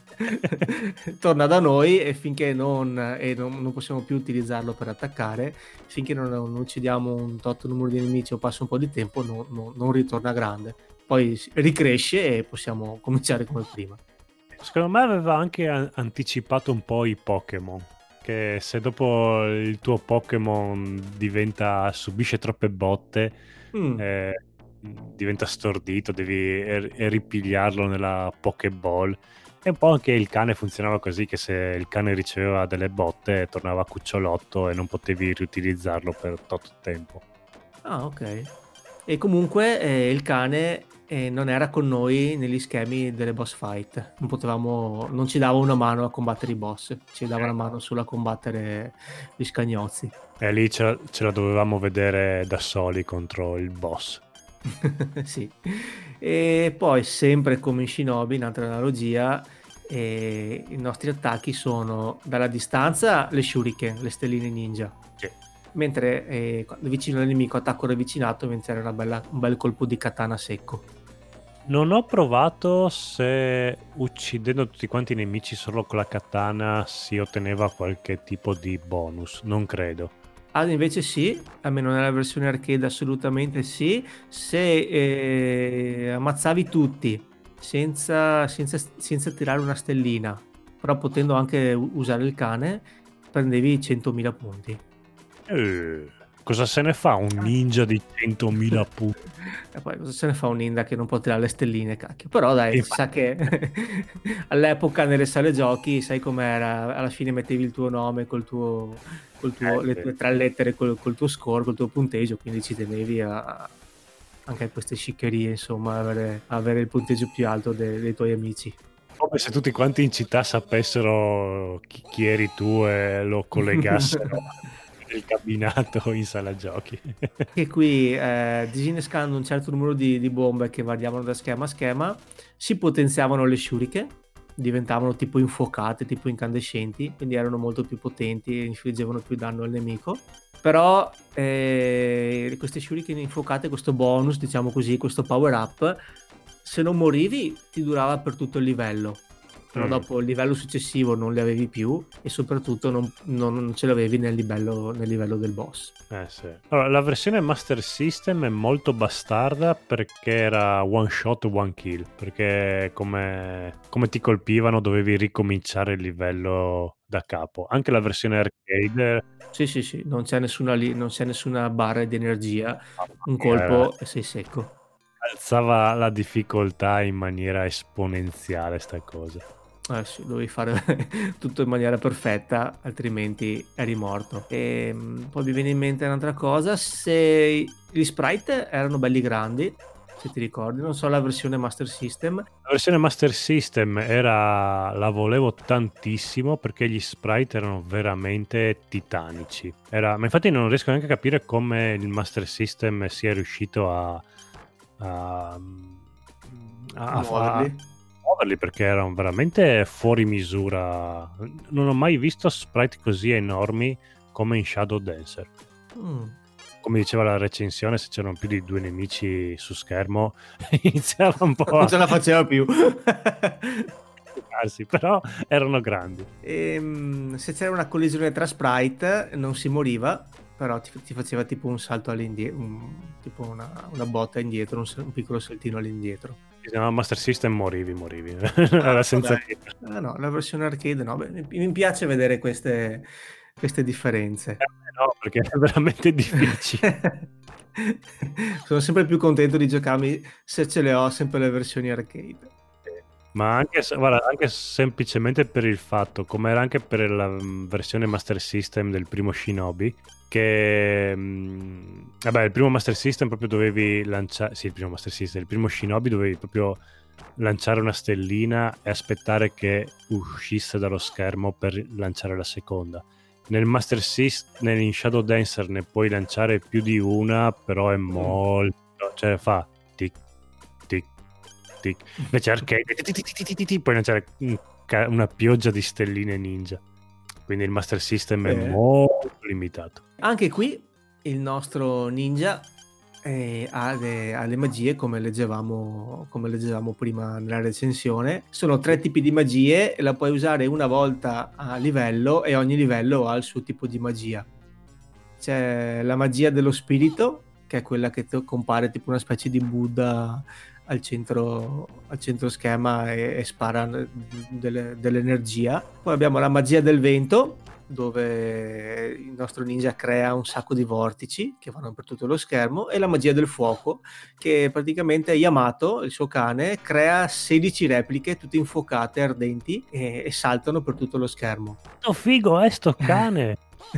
Torna da noi e finché non, e non, non possiamo più utilizzarlo per attaccare, finché non, non uccidiamo un tot numero di nemici o passa un po' di tempo, non, non- non ritorna grande. Poi si- ricresce e possiamo cominciare come prima. Secondo me aveva anche an- anticipato un po' i Pokémon. Che se dopo il tuo Pokémon diventa, subisce troppe botte, Mm. eh, diventa stordito, devi er- ripigliarlo nella Pokéball. E un po' anche il cane funzionava così, che se il cane riceveva delle botte tornava cucciolotto e non potevi riutilizzarlo per tot tempo. Ah, ok. E comunque eh, il cane eh, non era con noi negli schemi delle boss fight. Non potevamo, non ci dava una mano a combattere i boss, ci dava una mano solo a combattere gli scagnozzi. E lì ce, ce la dovevamo vedere da soli contro il boss. Sì. E poi, sempre come in Shinobi, in altra analogia, eh, i nostri attacchi sono dalla distanza le shuriken, le stelline ninja. Sì. Mentre eh, quando vicino al nemico attacco ravvicinato, invece era una bella- un bel colpo di katana secco. Non ho provato se uccidendo tutti quanti i nemici solo con la katana si otteneva qualche tipo di bonus. Non credo. Ah, invece sì, almeno nella versione arcade assolutamente sì, se eh, ammazzavi tutti senza, senza, senza tirare una stellina, però potendo anche u- usare il cane, prendevi centomila punti. Eh, cosa se ne fa un ninja di centomila punti? E poi cosa se ne fa un ninja che non può tirare le stelline, cacchio. Però dai, si sa Infatti, che all'epoca nelle sale giochi, sai com'era, alla fine mettevi il tuo nome col tuo, col tuo, eh, le sì. tue tre lettere col, col tuo score, col tuo punteggio, quindi ci tenevi a, anche a queste sciccherie, insomma, avere, avere il punteggio più alto de- dei tuoi amici. Come se tutti quanti in città sapessero chi, chi eri tu e lo collegassero il cabinato in sala giochi. Che qui, eh, disinnescando un certo numero di, di bombe che variavano da schema a schema, si potenziavano le shuriken, diventavano tipo infuocate, tipo incandescenti, quindi erano molto più potenti e infliggevano più danno al nemico. Però eh, queste shuriken infuocate, questo bonus, diciamo così, questo power up, se non morivi ti durava per tutto il livello. Però Mm. dopo il livello successivo non le avevi più e soprattutto non, non- non ce l'avevi nel livello, nel livello del boss. Eh sì. Allora, la versione Master System è molto bastarda perché era one shot, one kill. Perché come, come ti colpivano dovevi ricominciare il livello da capo. Anche la versione arcade, Sì, sì, sì, non c'è nessuna, li- non c'è nessuna barra di energia, mamma un mia, era- colpo e sei secco. alzava la difficoltà in maniera esponenziale sta cosa. Eh sì, dovevi fare tutto in maniera perfetta, altrimenti eri morto. E mm, poi mi viene in mente un'altra cosa, se gli sprite erano belli grandi, se ti ricordi, non so la versione Master System. La versione Master System era, la volevo tantissimo perché gli sprite erano veramente titanici. Era, ma infatti non riesco neanche a capire come il Master System sia riuscito a, a, a, a fa- Muoverli. muoverli perché erano veramente fuori misura. Non ho mai visto sprite così enormi come in Shadow Dancer. Mm. Come diceva la recensione, se c'erano più di due nemici su schermo iniziava un po' Non a ce la faceva più. complicarsi, però erano grandi. Ehm, se c'era una collisione tra sprite non si moriva, però ti, ti faceva tipo un salto all'indietro, un, tipo una, una botta indietro, un, un piccolo saltino all'indietro. Si chiamava Master System, morivi, morivi. Ah, Era senza vita. ah, no, la versione arcade no. Beh, mi, mi piace vedere queste, queste differenze. Eh, no, perché è veramente difficile. Sono sempre più contento di giocarmi, se ce le ho, sempre le versioni arcade. Ma anche, guarda, anche semplicemente per il fatto, come era anche per la um, versione Master System del primo Shinobi, che mh, vabbè, il primo Master System proprio dovevi lanciare, sì, il primo Master System, il primo Shinobi dovevi proprio lanciare una stellina e aspettare che uscisse dallo schermo per lanciare la seconda. Nel Master System, in Shadow Dancer ne puoi lanciare più di una, però è molto, cioè fa tic tic tic. Invece arcade puoi lanciare una pioggia di stelline ninja, quindi il Master System è eh. molto limitato. Anche qui il nostro ninja eh, ha, le, ha le magie, come leggevamo, come leggevamo prima nella recensione. Sono tre tipi di magie e la puoi usare una volta a livello, e ogni livello ha il suo tipo di magia. C'è la magia dello spirito, che è quella che compare tipo una specie di Buddha al centro, al centro scherma e, e spara delle, dell'energia. Poi abbiamo la magia del vento, dove il nostro ninja crea un sacco di vortici che vanno per tutto lo schermo, e la magia del fuoco, che praticamente Yamato, il suo cane, crea sedici repliche tutte infuocate, ardenti, e, e saltano per tutto lo schermo. Oh figo è sto cane!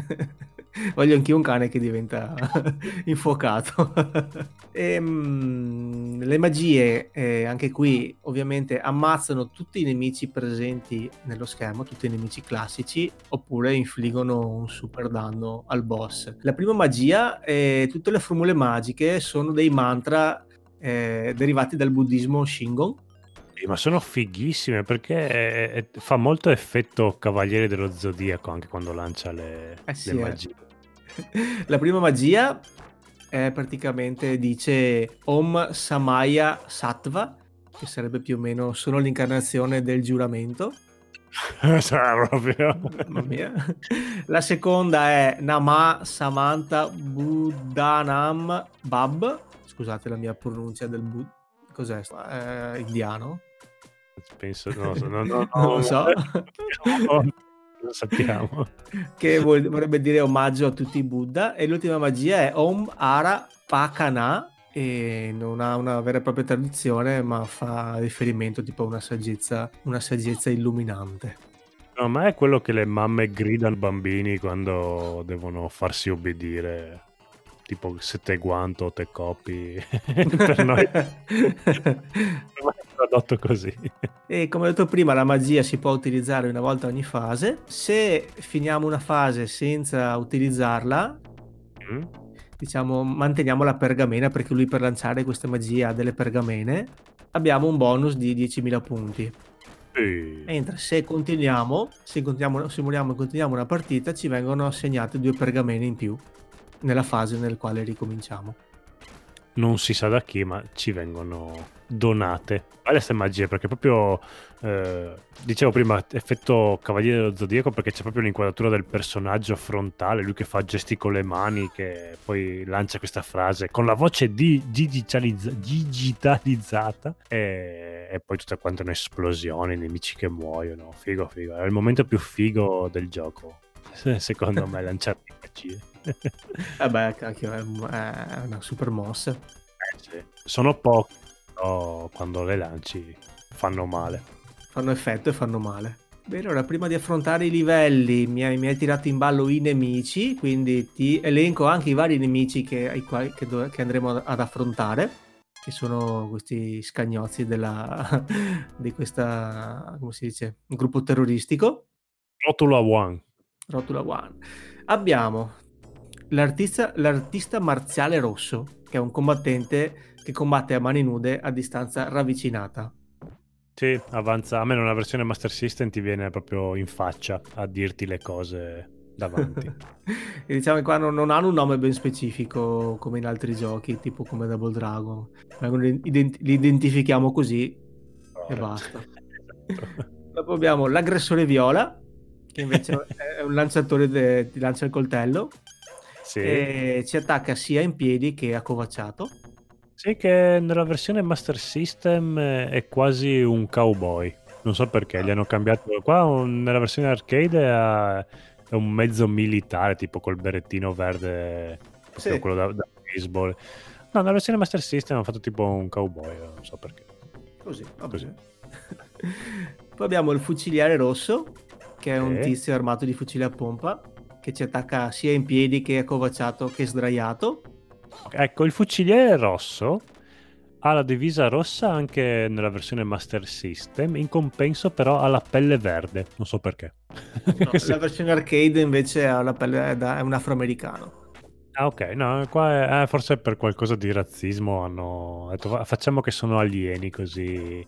Voglio anch'io un cane che diventa infuocato. E, mh, le magie eh, anche qui ovviamente ammazzano tutti i nemici presenti nello schermo, tutti i nemici classici, oppure infliggono un super danno al boss. La prima magia e tutte le formule magiche sono dei mantra eh, derivati dal buddismo Shingon. Ma sono fighissime, perché è, è, fa molto effetto Cavaliere dello Zodiaco anche quando lancia le, eh sì, le magie. Eh. La prima magia è praticamente, dice Om Samaya Sattva, che sarebbe più o meno sono l'incarnazione del giuramento. Cioè, proprio. Mamma mia. La seconda è Nama Samanta Buddhanam Bab. Scusate la mia pronuncia del Bud. Cos'è? Eh, indiano? Penso, no, no, no, no, non lo so. Non lo sappiamo. Che vorrebbe dire omaggio a tutti i Buddha. E l'ultima magia è Om Ara Pakana, e non ha una vera e propria traduzione, ma fa riferimento tipo a una saggezza, una saggezza illuminante. No, ma è quello che le mamme gridano ai bambini quando devono farsi obbedire, tipo se te guanto, te copi. Per noi è tradotto così. E come ho detto prima, la magia si può utilizzare una volta ogni fase. Se finiamo una fase senza utilizzarla, mm. diciamo manteniamo la pergamena, perché lui per lanciare queste magie ha delle pergamene. Abbiamo un bonus di diecimila punti. Sì. Mentre se continuiamo, se continuiamo, simuliamo e continuiamo una partita, ci vengono assegnate due pergamene in più nella fase nel quale ricominciamo. Non si sa da chi, ma ci vengono donate. Vale queste magie, perché proprio eh, dicevo prima, effetto Cavaliere dello Zodiaco, perché c'è proprio l'inquadratura del personaggio frontale, lui che fa gesti con le mani, che poi lancia questa frase con la voce di digitalizza- digitalizzata e, e poi tutta quanta un'esplosione, i nemici che muoiono. Figo, figo. È il momento più figo del gioco, secondo me, lanciare le magie. Vabbè, cacchio, è una super mossa. Eh, sì. Sono pochi, però quando le lanci fanno male. Fanno effetto e fanno male. Bene, ora prima di affrontare i livelli mi hai, mi hai tirato in ballo i nemici, quindi ti elenco anche i vari nemici che, ai quali, che, do, che andremo ad affrontare, che sono questi scagnozzi della, di questa, come si dice, un gruppo terroristico. Rotula One. Rotula One. Abbiamo L'artista, l'artista marziale rosso, che è un combattente che combatte a mani nude a distanza ravvicinata. Sì, avanza. A me nella versione Master System ti viene proprio in faccia a dirti le cose davanti. E diciamo che qua non, non hanno un nome ben specifico come in altri giochi, tipo come Double Dragon. Ident- li identifichiamo così oh, e basta. Esatto. Dopo abbiamo l'aggressore viola, che invece è un lanciatore che ti lancia il coltello. Sì. e ci attacca sia in piedi che accovacciato. Sì, che nella versione Master System eh, è quasi un cowboy. Non so perché, gli Ah, hanno cambiato. Qua un- nella versione arcade è, è un mezzo militare, tipo col berrettino verde, proprio sì, quello da, da baseball. No, nella versione Master System hanno fatto tipo un cowboy, non so perché. così, va Così. bene. Poi abbiamo il fuciliere rosso, che è un Sì. tizio armato di fucile a pompa, che ci attacca sia in piedi che accovacciato che sdraiato. Ecco, il fuciliere rosso ha la divisa rossa anche nella versione Master System, in compenso però ha la pelle verde, non so perché. No, Sì. la versione arcade invece ha la pelle è, da- è un afroamericano. Ah, ok, no, qua è, eh, forse per qualcosa di razzismo hanno detto "Fa- facciamo che sono alieni così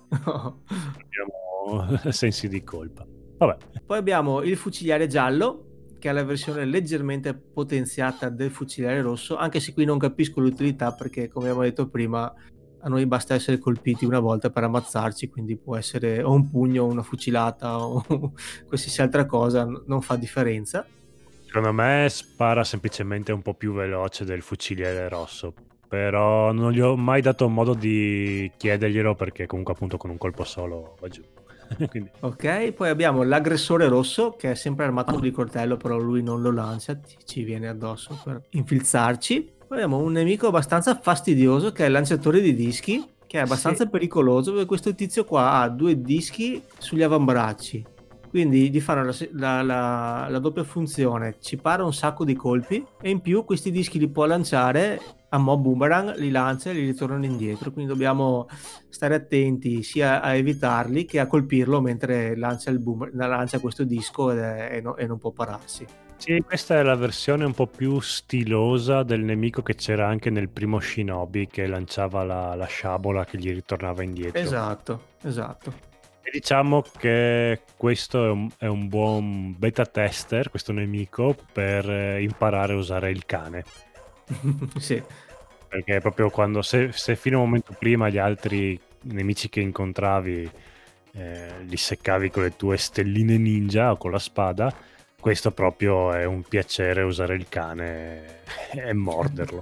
abbiamo sensi di colpa. Vabbè, Poi abbiamo il fuciliere giallo, che è la versione leggermente potenziata del fuciliere rosso, anche se qui non capisco l'utilità perché, come abbiamo detto prima, a noi basta essere colpiti una volta per ammazzarci, quindi può essere o un pugno, o una fucilata o qualsiasi altra cosa, n- non fa differenza. secondo me spara semplicemente un po' più veloce del fuciliere rosso, però non gli ho mai dato modo di chiederglielo perché comunque appunto con un colpo solo va giù. Quindi, Ok, poi abbiamo l'aggressore rosso, che è sempre armato di coltello, però lui non lo lancia, ci ci viene addosso per infilzarci. Poi abbiamo un nemico abbastanza fastidioso, che è il lanciatore di dischi, che è sì. abbastanza pericoloso, perché questo tizio qua ha due dischi sugli avambracci. Quindi gli fanno la, se- la- la- la doppia funzione, ci para un sacco di colpi e in più questi dischi li può lanciare a mo' boomerang, li lancia e li ritornano indietro. Quindi dobbiamo stare attenti sia a evitarli che a colpirlo mentre lancia, il boomer- lancia questo disco ed è- e, no- e non può pararsi. Sì, questa è la versione un po' più stilosa del nemico che c'era anche nel primo Shinobi che lanciava la, la sciabola che gli ritornava indietro. Esatto, esatto. E diciamo che questo è un, è un buon beta tester, questo nemico, per eh, imparare a usare il cane. Sì. Perché proprio quando, se, se fino a un momento prima gli altri nemici che incontravi eh, li seccavi con le tue stelline ninja o con la spada, questo proprio è un piacere usare il cane e morderlo.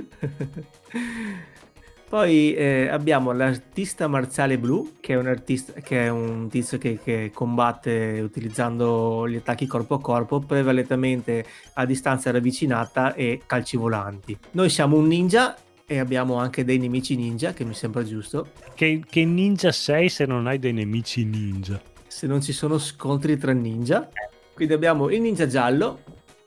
Poi eh, abbiamo l'artista marziale blu, che è un artista, che è un tizio che, che combatte utilizzando gli attacchi corpo a corpo, prevalentemente a distanza ravvicinata e calci volanti. Noi siamo un ninja e abbiamo anche dei nemici ninja, che mi sembra giusto. Che, che ninja sei se non hai dei nemici ninja? Se non ci sono scontri tra ninja. Quindi abbiamo il ninja giallo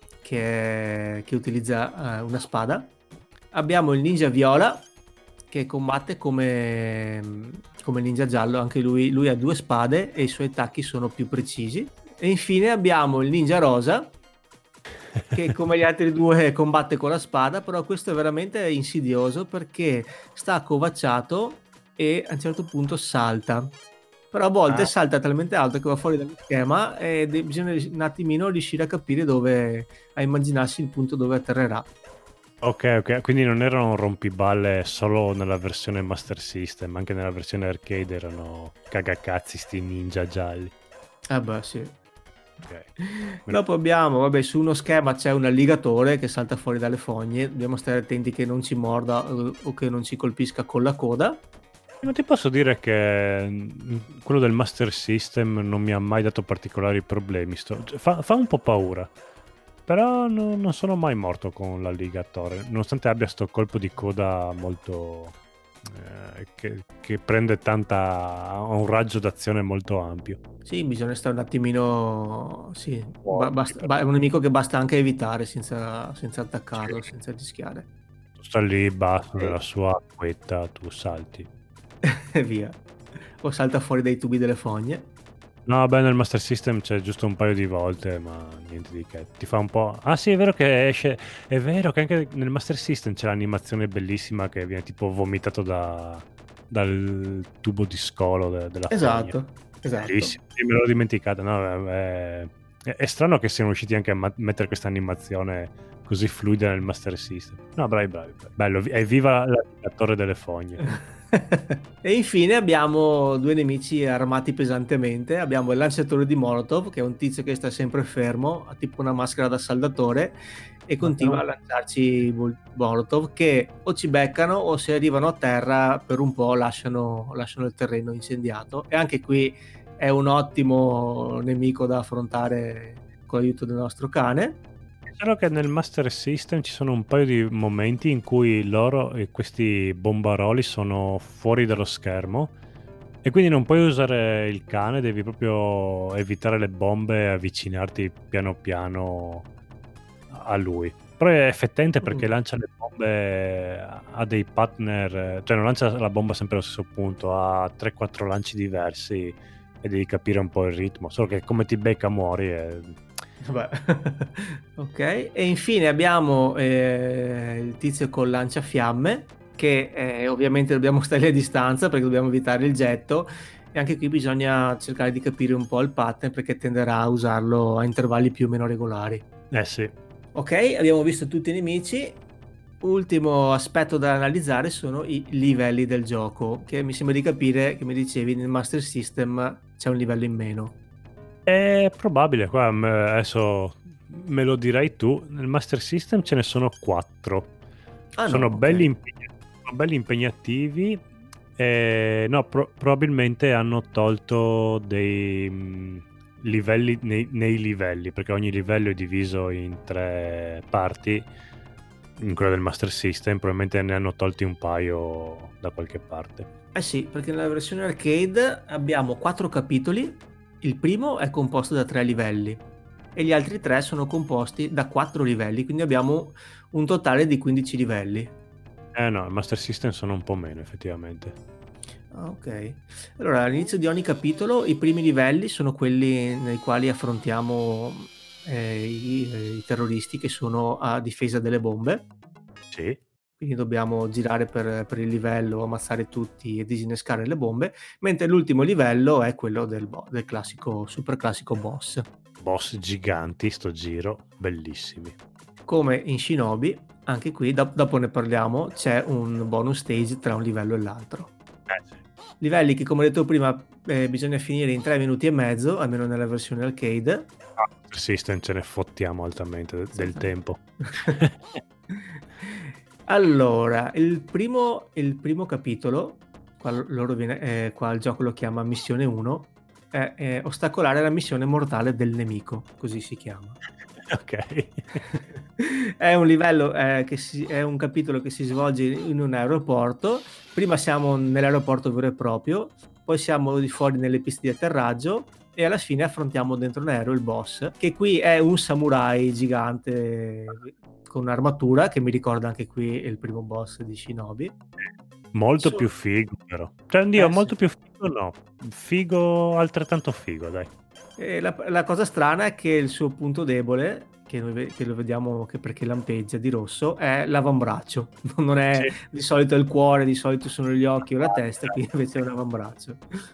che, che utilizza eh, una spada. Abbiamo il ninja viola che combatte come, come ninja giallo, anche lui, lui ha due spade e i suoi attacchi sono più precisi. E infine abbiamo il ninja rosa che come gli altri due combatte con la spada, però questo è veramente insidioso perché sta accovacciato e a un certo punto salta. Però a volte Ah, salta talmente alto che va fuori dallo schema e de- bisogna un attimino riuscire a capire dove, a immaginarsi il punto dove atterrerà. ok, ok, quindi non erano rompiballe solo nella versione Master System, anche nella versione arcade erano cagacazzi sti ninja gialli. Eh beh, sì. Ok. Dopo abbiamo, vabbè, su uno schema c'è un alligatore che salta fuori dalle fogne, dobbiamo stare attenti che non ci morda eh, o che non ci colpisca con la coda. Non ti posso dire che mm, quello del Master System non mi ha mai dato particolari problemi. sto- cioè, Fa, fa un po' paura. Però no- non sono mai morto con l'alligatore, nonostante abbia sto colpo di coda molto... eh, che, che prende tanta... ha un raggio d'azione molto ampio. Sì, bisogna stare un attimino, sì, ba- Occhi, basta- però. ba- è un nemico che basta anche evitare senza, senza Sì, attaccarlo, senza rischiare. tu sta lì, basta, E, nella sua acquetta, tu salti. e via. O salta fuori dai tubi delle fogne. No, beh, nel Master System c'è giusto un paio di volte, ma niente di che. Ti fa un po'... Ah sì, è vero che esce... È vero che anche nel Master System c'è l'animazione bellissima che viene tipo vomitato da... dal tubo di scolo de- della fogna. Esatto, esatto. Bellissimo. Sì, me l'ho dimenticata. No, è... è- è strano che siano riusciti anche a ma- mettere questa animazione così fluida nel Master System. No, bravi, bravi. bravi. Bello, vi- evviva l'attore delle fogne. E infine abbiamo due nemici armati pesantemente. Abbiamo il lanciatore di Molotov, che è un tizio che sta sempre fermo, ha tipo una maschera da saldatore, e continua a lanciarci mol- Molotov che o ci beccano o se arrivano a terra per un po' lasciano, lasciano il terreno incendiato. E anche qui è un ottimo nemico da affrontare con l'aiuto del nostro cane. Solo che nel Master System ci sono un paio di momenti in cui loro e questi bombaroli sono fuori dallo schermo e quindi non puoi usare il cane, devi proprio evitare le bombe e avvicinarti piano piano a lui. Però è effettente perché Mm. lancia le bombe a dei partner, cioè non lancia la bomba sempre allo stesso punto, ha tre quattro lanci diversi e devi capire un po' il ritmo, solo che come ti becca muori e... Vabbè. Ok, e infine abbiamo eh, il tizio col lanciafiamme che eh, ovviamente dobbiamo stare a distanza perché dobbiamo evitare il getto, e anche qui bisogna cercare di capire un po' il pattern perché tenderà a usarlo a intervalli più o meno regolari. Eh sì. Ok, abbiamo visto tutti i nemici. Ultimo aspetto da analizzare sono i livelli del gioco, che mi sembra di capire che mi dicevi nel Master System c'è un livello in meno. È probabile, qua me- adesso me lo dirai tu, nel Master System ce ne sono quattro. Ah no, sono, ok. belli impegna- sono belli impegnativi. E, no, pro- probabilmente hanno tolto dei mh, livelli nei, nei livelli, perché ogni livello è diviso in tre parti. In quello del Master System probabilmente ne hanno tolti un paio da qualche parte. Eh sì, perché nella versione arcade abbiamo quattro capitoli. Il primo è composto da tre livelli e gli altri tre sono composti da quattro livelli, quindi abbiamo un totale di quindici livelli. Eh no, il Master System sono un po' meno effettivamente. Ah, ok. Allora, all'inizio di ogni capitolo i primi livelli sono quelli nei quali affrontiamo eh, i, eh, i terroristi che sono a difesa delle bombe. Sì. Quindi dobbiamo girare per, per il livello, ammazzare tutti e disinnescare le bombe, mentre l'ultimo livello è quello del, bo- del classico, super classico boss. Boss giganti sto giro, bellissimi. Come in Shinobi, anche qui, do- dopo ne parliamo, c'è un bonus stage tra un livello e l'altro. Eh sì. Livelli che, come detto prima, eh, bisogna finire in tre minuti e mezzo, almeno nella versione arcade. Ah, Master System ce ne fottiamo altamente de- del tempo. Allora, il primo, il primo capitolo, qua, loro viene, eh, qua il gioco lo chiama missione uno, è, è ostacolare la missione mortale del nemico, così si chiama. Ok. È un livello, eh, che si, è un capitolo che si svolge in un aeroporto. Prima siamo nell'aeroporto vero e proprio, poi siamo di fuori nelle piste di atterraggio e alla fine affrontiamo dentro un aereo il boss, che qui è un samurai gigante con un'armatura che mi ricorda anche qui il primo boss di Shinobi. Molto Su- più figo però. Cioè, oddio, Eh, molto sì. più figo no. Figo, altrettanto figo, dai. E la, la cosa strana è che il suo punto debole, che, noi ve- che lo vediamo che perché lampeggia di rosso, è l'avambraccio. Non è Sì. di solito il cuore, di solito sono gli occhi o la testa, qui invece è un avambraccio.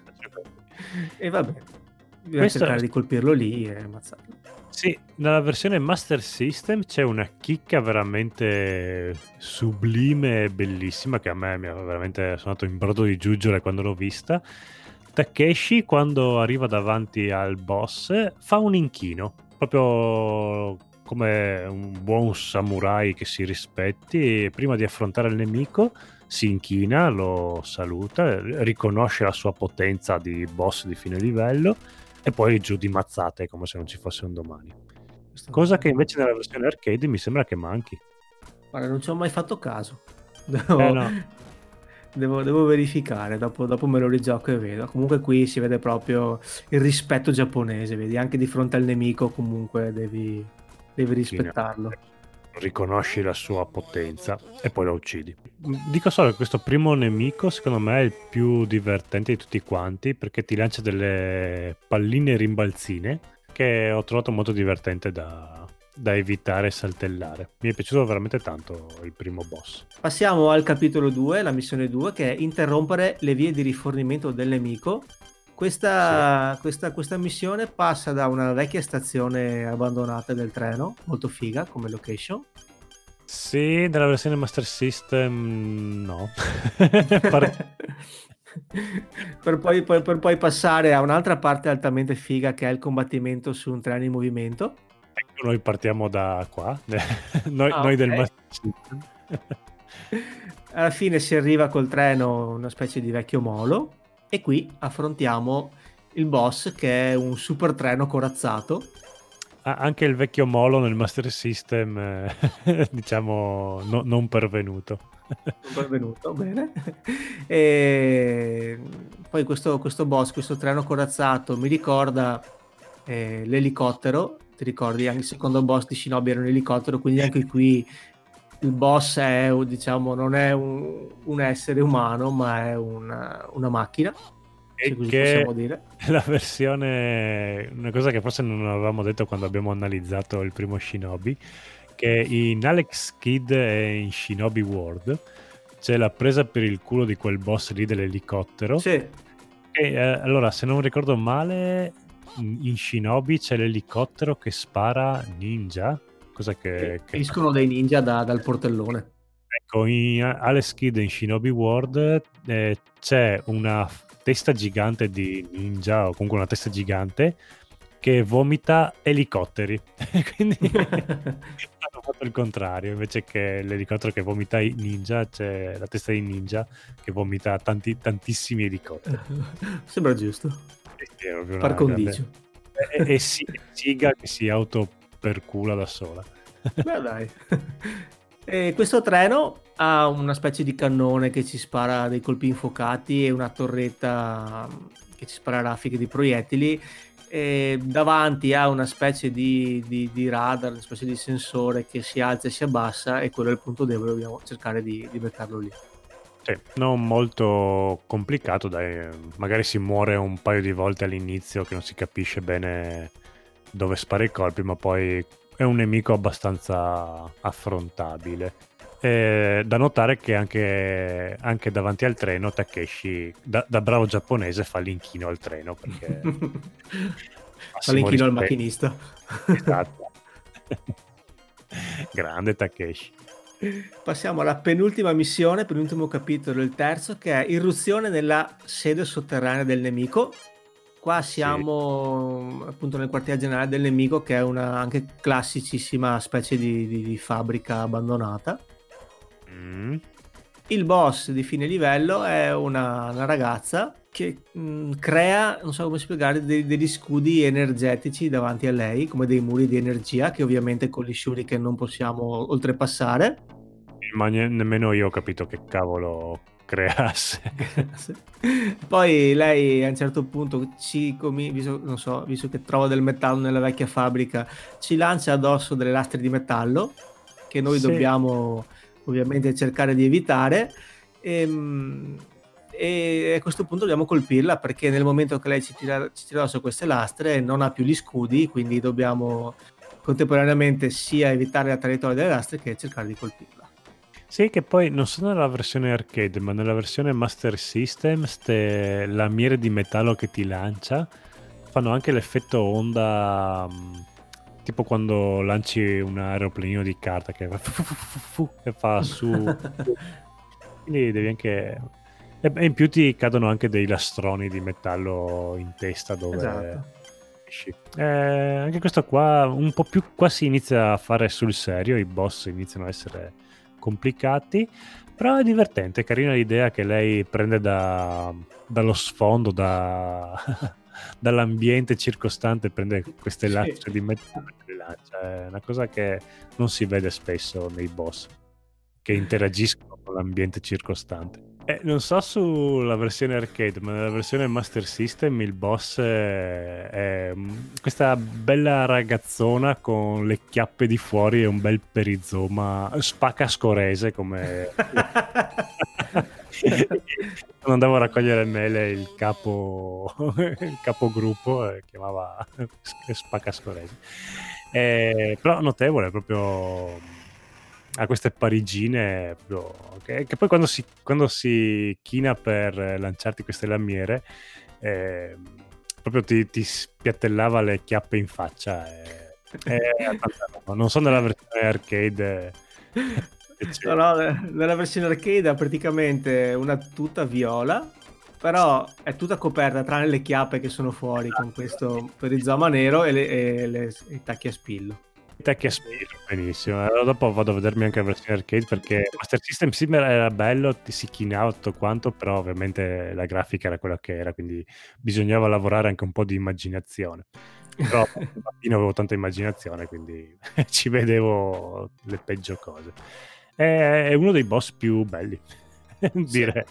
E vabbè, bisogna Questo- cercare di colpirlo lì e ammazzarlo. Sì, nella versione Master System c'è una chicca veramente sublime e bellissima che a me mi ha veramente suonato in brodo di giuggiole quando l'ho vista. Takeshi, quando arriva davanti al boss, fa un inchino, proprio come un buon samurai che si rispetti, e prima di affrontare il nemico si inchina, lo saluta, riconosce la sua potenza di boss di fine livello e poi giù di mazzate come se non ci fosse un domani. Questo Cosa no. che invece nella versione arcade mi sembra che manchi. Guarda, non ci ho mai fatto caso. Devo, Eh no, devo, devo verificare, dopo, dopo me lo rigioco e vedo. Comunque qui si vede proprio il rispetto giapponese, vedi, anche di fronte al nemico comunque devi, devi rispettarlo. riconosci la sua potenza e poi lo uccidi. Dico solo che questo primo nemico secondo me è il più divertente di tutti quanti perché ti lancia delle palline rimbalzine che ho trovato molto divertente da, da evitare e saltellare. Mi è piaciuto veramente tanto il primo boss. Passiamo al capitolo due, la missione due, che è interrompere le vie di rifornimento del nemico. Questa, questa, questa missione passa da una vecchia stazione abbandonata del treno, molto figa come location. Sì, nella versione Master System no. Par- Per poi poi per poi passare a un'altra parte altamente figa che è il combattimento su un treno in movimento. Ecco, noi partiamo da qua, noi Ah, noi del okay. Master System. Alla fine si arriva col treno, una specie di vecchio molo, e qui affrontiamo il boss che è un super treno corazzato. A anche il vecchio molo nel Master System, diciamo no non pervenuto. Non pervenuto, bene. Ehm, poi questo questo boss, questo treno corazzato mi ricorda, ehm, l'elicottero. Ti ricordi? Anche il secondo boss di Shinobi era un elicottero, quindi anche qui il boss è u diciamo non è un un essere umano, ma è una una macchina, se E così che possiamo dire. la versione una cosa che forse non avevamo detto quando abbiamo analizzato il primo Shinobi, che in Alex Kidd e in Shinobi World c'è la presa per il culo di quel boss lì dell'elicottero. Sì. E eh, allora, se non ricordo male, in in Shinobi c'è l'elicottero che spara ninja, cosa Sì, che, che fa. escono dei ninja da dal portellone. Ecco, in Alex Kidd e in Shinobi World eh, c'è una f- testa gigante di ninja, o comunque una testa gigante, che vomita elicotteri. Quindi hanno fatto il contrario, invece che l'elicottero che vomita i ninja, c'è la testa di ninja che vomita tanti, tantissimi elicotteri. Sembra giusto. Sì, sì, è proprio Par una grande. condicio. E, e si- Siga che si autopercula da sola. Beh dai. E questo treno ha una specie di cannone che ci spara dei colpi infuocati e una torretta, mhmm, che ci spara raffiche di proiettili, e davanti ha una specie di di di radar, una specie di sensore che si alza e si abbassa, e quello è il punto debole, dobbiamo cercare di di beccarlo lì. Sì, non molto complicato, dai, ehm, magari si muore un paio di volte all'inizio che non si capisce bene dove spara i colpi, ma poi è un nemico abbastanza affrontabile. E da notare che anche, anche davanti al treno Takeshi, da, da bravo giapponese, fa l'inchino al treno perché Fa massimo l'inchino al rispetto. macchinista. Esatto. Grande Takeshi. Passiamo alla penultima missione, penultimo capitolo, il terzo, che è irruzione nella sede sotterranea del nemico. Qua Sì. siamo appunto nel quartier generale del nemico, che è una anche classicissima specie di, di- di fabbrica abbandonata. Mm. Il boss di fine livello è una, una ragazza che mh, crea, non so come spiegare, dei- degli scudi energetici davanti a lei, come dei muri di energia che ovviamente con gli shuriken non possiamo oltrepassare. Ma ne- nemmeno io ho capito che cavolo creasse. Sì. Poi lei a un certo punto ci comi visto non so, visto che trova del metallo nella vecchia fabbrica, ci lancia addosso delle lastre di metallo, che noi Sì. dobbiamo ovviamente cercare di evitare, ehm, e a questo punto dobbiamo colpirla, perché nel momento che lei ci tira ci tira addosso queste lastre non ha più gli scudi, quindi dobbiamo contemporaneamente sia evitare la traiettoria delle lastre che cercare di colpirla. Sì, che poi non so nella versione arcade, ma nella versione Master System, ste lamiere di metallo che ti lancia fanno anche l'effetto onda, mh, tipo quando lanci un aeroplanino di carta che fa, fu- fu- fu- fu- fu, e fa su. Quindi devi anche. E e in più ti cadono anche dei lastroni di metallo in testa dove Esatto. esci. Eh, anche questo qua un po' più, qua si inizia a fare sul serio, i boss iniziano a essere complicati, però è divertente, è carina l'idea che lei prende da, dallo sfondo, da, dall'ambiente circostante, prende queste Sì. lastre di metallo e le lancia. È una cosa che non si vede spesso nei boss, che interagiscono con l'ambiente circostante. Eh, non so sulla versione arcade, ma nella versione Master System il boss è, è mm, questa bella ragazzona con le chiappe di fuori e un bel perizoma, spacascorese come. Quando andavo a raccogliere mele, il capo, il capogruppo eh, chiamava spacascorese. Eh, però notevole, proprio ha queste parigine proprio, che, che poi quando si, quando si china per lanciarti queste lamiere eh, proprio ti, ti spiattellava le chiappe in faccia eh, eh, tanta roba. Non so nella versione arcade No, no, ne nella versione arcade ha praticamente una tuta viola, però è tutta coperta tranne le chiappe che sono fuori con questo perizoma nero e le e le s i tacchi a spillo. Tacchi a spillo, benissimo. Allora dopo vado a vedermi anche la versione arcade perché Master System sì me era bello, ti si chinava tutto quanto, però ovviamente la grafica era quella che era, quindi bisognava lavorare anche un po' di immaginazione. Però da bambino avevo tanta immaginazione, quindi ci vedevo le peggio cose. È è uno dei boss più belli, Sì. direi.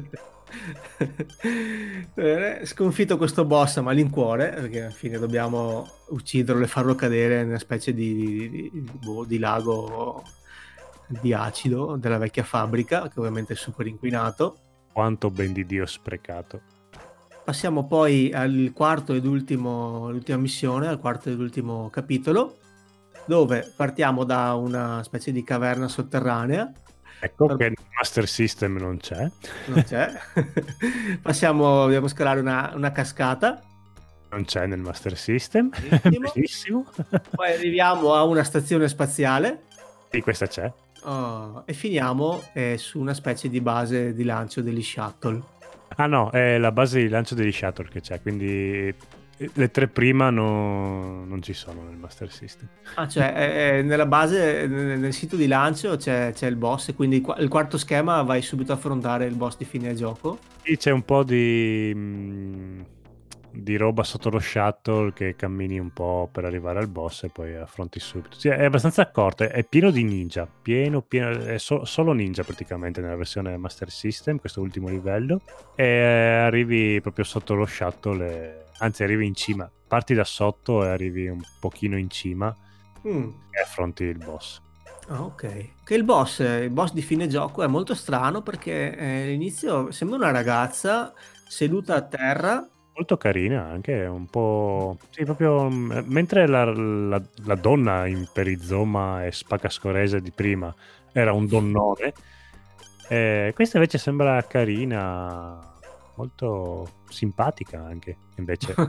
Bene, sconfitto questo boss a malincuore, perché alla fine dobbiamo ucciderlo e farlo cadere in una specie di di di di boh, di lago di acido della vecchia fabbrica, che ovviamente è super inquinato. Quanto ben di Dio sprecato. Passiamo poi al quarto ed ultimo l'ultima missione, al quarto ed ultimo capitolo, dove partiamo da una specie di caverna sotterranea Ecco per che nel Master System non c'è. non c'è. Passiamo dobbiamo scalare una una cascata. Non c'è nel Master System, Benissimo. benissimo. Poi arriviamo a una stazione spaziale. Sì, questa c'è. Oh, e finiamo, ehm, su una specie di base di lancio degli shuttle. Ah no, è la base di lancio degli shuttle che c'è, quindi eh, le tre prima no, non ci sono nel Master System. Ah, cioè, ehm, nella base ne nel sito di lancio c'è c'è il boss e quindi qua il quarto schema vai subito a affrontare il boss di fine gioco? Sì, c'è un po' di, mhmm, di roba sotto lo shuttle che cammini un po' per arrivare al boss e poi affronti subito. Sì, è abbastanza corto, è è pieno di ninja, pieno, pieno è so solo ninja praticamente nella versione Master System, questo ultimo livello, e arrivi proprio sotto lo shuttle e anzi arrivi in cima. Parti da sotto e arrivi un pochino in cima Mh. e affronti il boss. Ah, okay. Che il boss il boss di fine gioco è molto strano perché, ehm, all'inizio sembra una ragazza seduta a terra. Molto carina anche, un po' sì, proprio, mhmm, mentre la la la donna in perizoma e spacascorese di prima era un donnone, ehm, questa invece sembra carina, molto simpatica anche, invece.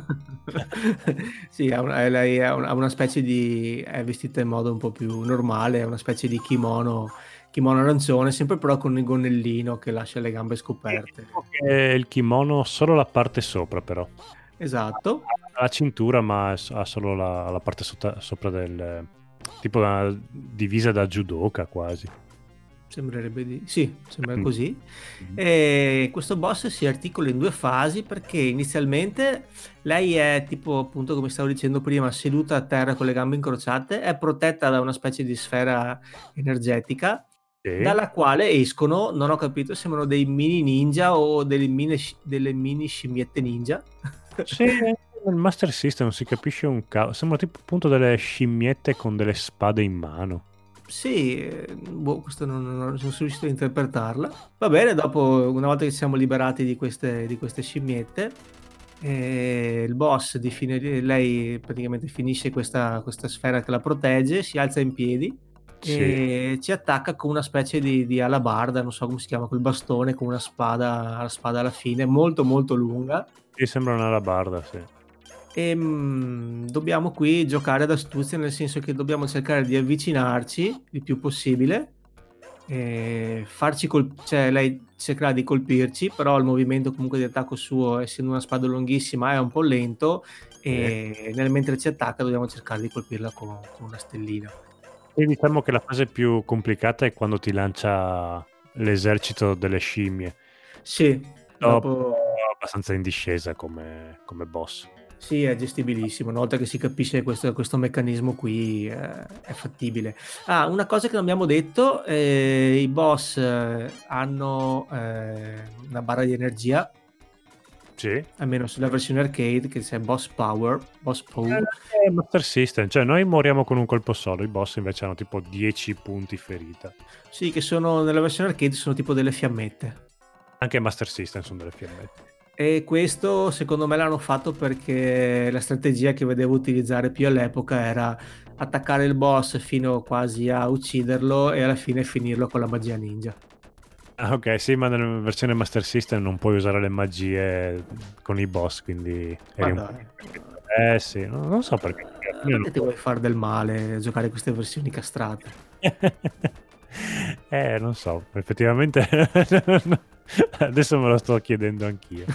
Sì, ha una, ehm, lei ha una ha una specie di è vestita in modo un po' più normale, è una specie di kimono kimono arancione, sempre però con il gonnellino che lascia le gambe Sì, scoperte. diciamo che il kimono solo la parte sopra però. Esatto. Ha la cintura ma s ha solo la la parte sota sopra del tipo una divisa da judoka quasi. Sembrerebbe di sì, sembra Mh. così. Mh-mh. Ehm, questo boss si articola in due fasi perché inizialmente lei è tipo, appunto, come stavo dicendo prima, seduta a terra con le gambe incrociate, è protetta da una specie di sfera energetica, Sì. dalla quale escono, non ho capito, sembrano dei mini ninja o delle mine sci delle mini scimmiette ninja. Sì, anche nel Master System non si capisce un ca sembra tipo appunto delle scimmiette con delle spade in mano. Sì, ehm, boh, questo non non non sono riuscito a interpretarla. Va bene, dopo una volta che ci siamo liberati di queste di queste scimmiette, ehm, il boss di fine di lei praticamente finisce questa questa sfera che la protegge, si alza in piedi Sì, e ci attacca con una specie di di alabarda, non so come si chiama, quel bastone con una spada la spada alla fine, molto, molto lunga. sì, sembra un'alabarda, sì. Ehm, dobbiamo qui giocare ad astuzia, nel senso che dobbiamo cercare di avvicinarci il più possibile, ehm, farci col cioè lei cercherà di colpirci, però il movimento comunque di attacco suo, essendo una spada lunghissima, è un po' lento Sì. e nel mentre ci attacca dobbiamo cercare di colpirla con con una stellina. E diciamo che la fase più complicata è quando ti lancia l'esercito delle scimmie. Sì, Dopo dopo è abbastanza in discesa come come boss. sì, è gestibilissimo. Una volta che si capisce questo questo meccanismo qui, ehm, è fattibile. Ah, una cosa che non abbiamo detto, ehm, i boss eh, hanno, ehm, una barra di energia, Sì. almeno sulla versione arcade, che c'è Boss Power, Boss Pow. È Master System, cioè noi moriamo con un colpo solo, i boss invece hanno tipo dieci punti ferita. Sì, che sono nella versione arcade sono tipo delle fiammette. Anche Master System son delle fiammette. E questo secondo me l'hanno fatto perché la strategia che vedevo utilizzare più all'epoca era attaccare il boss fino quasi a ucciderlo e alla fine finirlo con la magia ninja. Ah okay, sì, ma nella versione Master System non puoi usare le magie con i boss, quindi Ma eri un po' dai, eh sì, no non so perché, alla ehm, fine non perché ti vuoi far del male, giocare queste versioni castrate? Eh, non so, effettivamente adesso me lo sto chiedendo anch'io.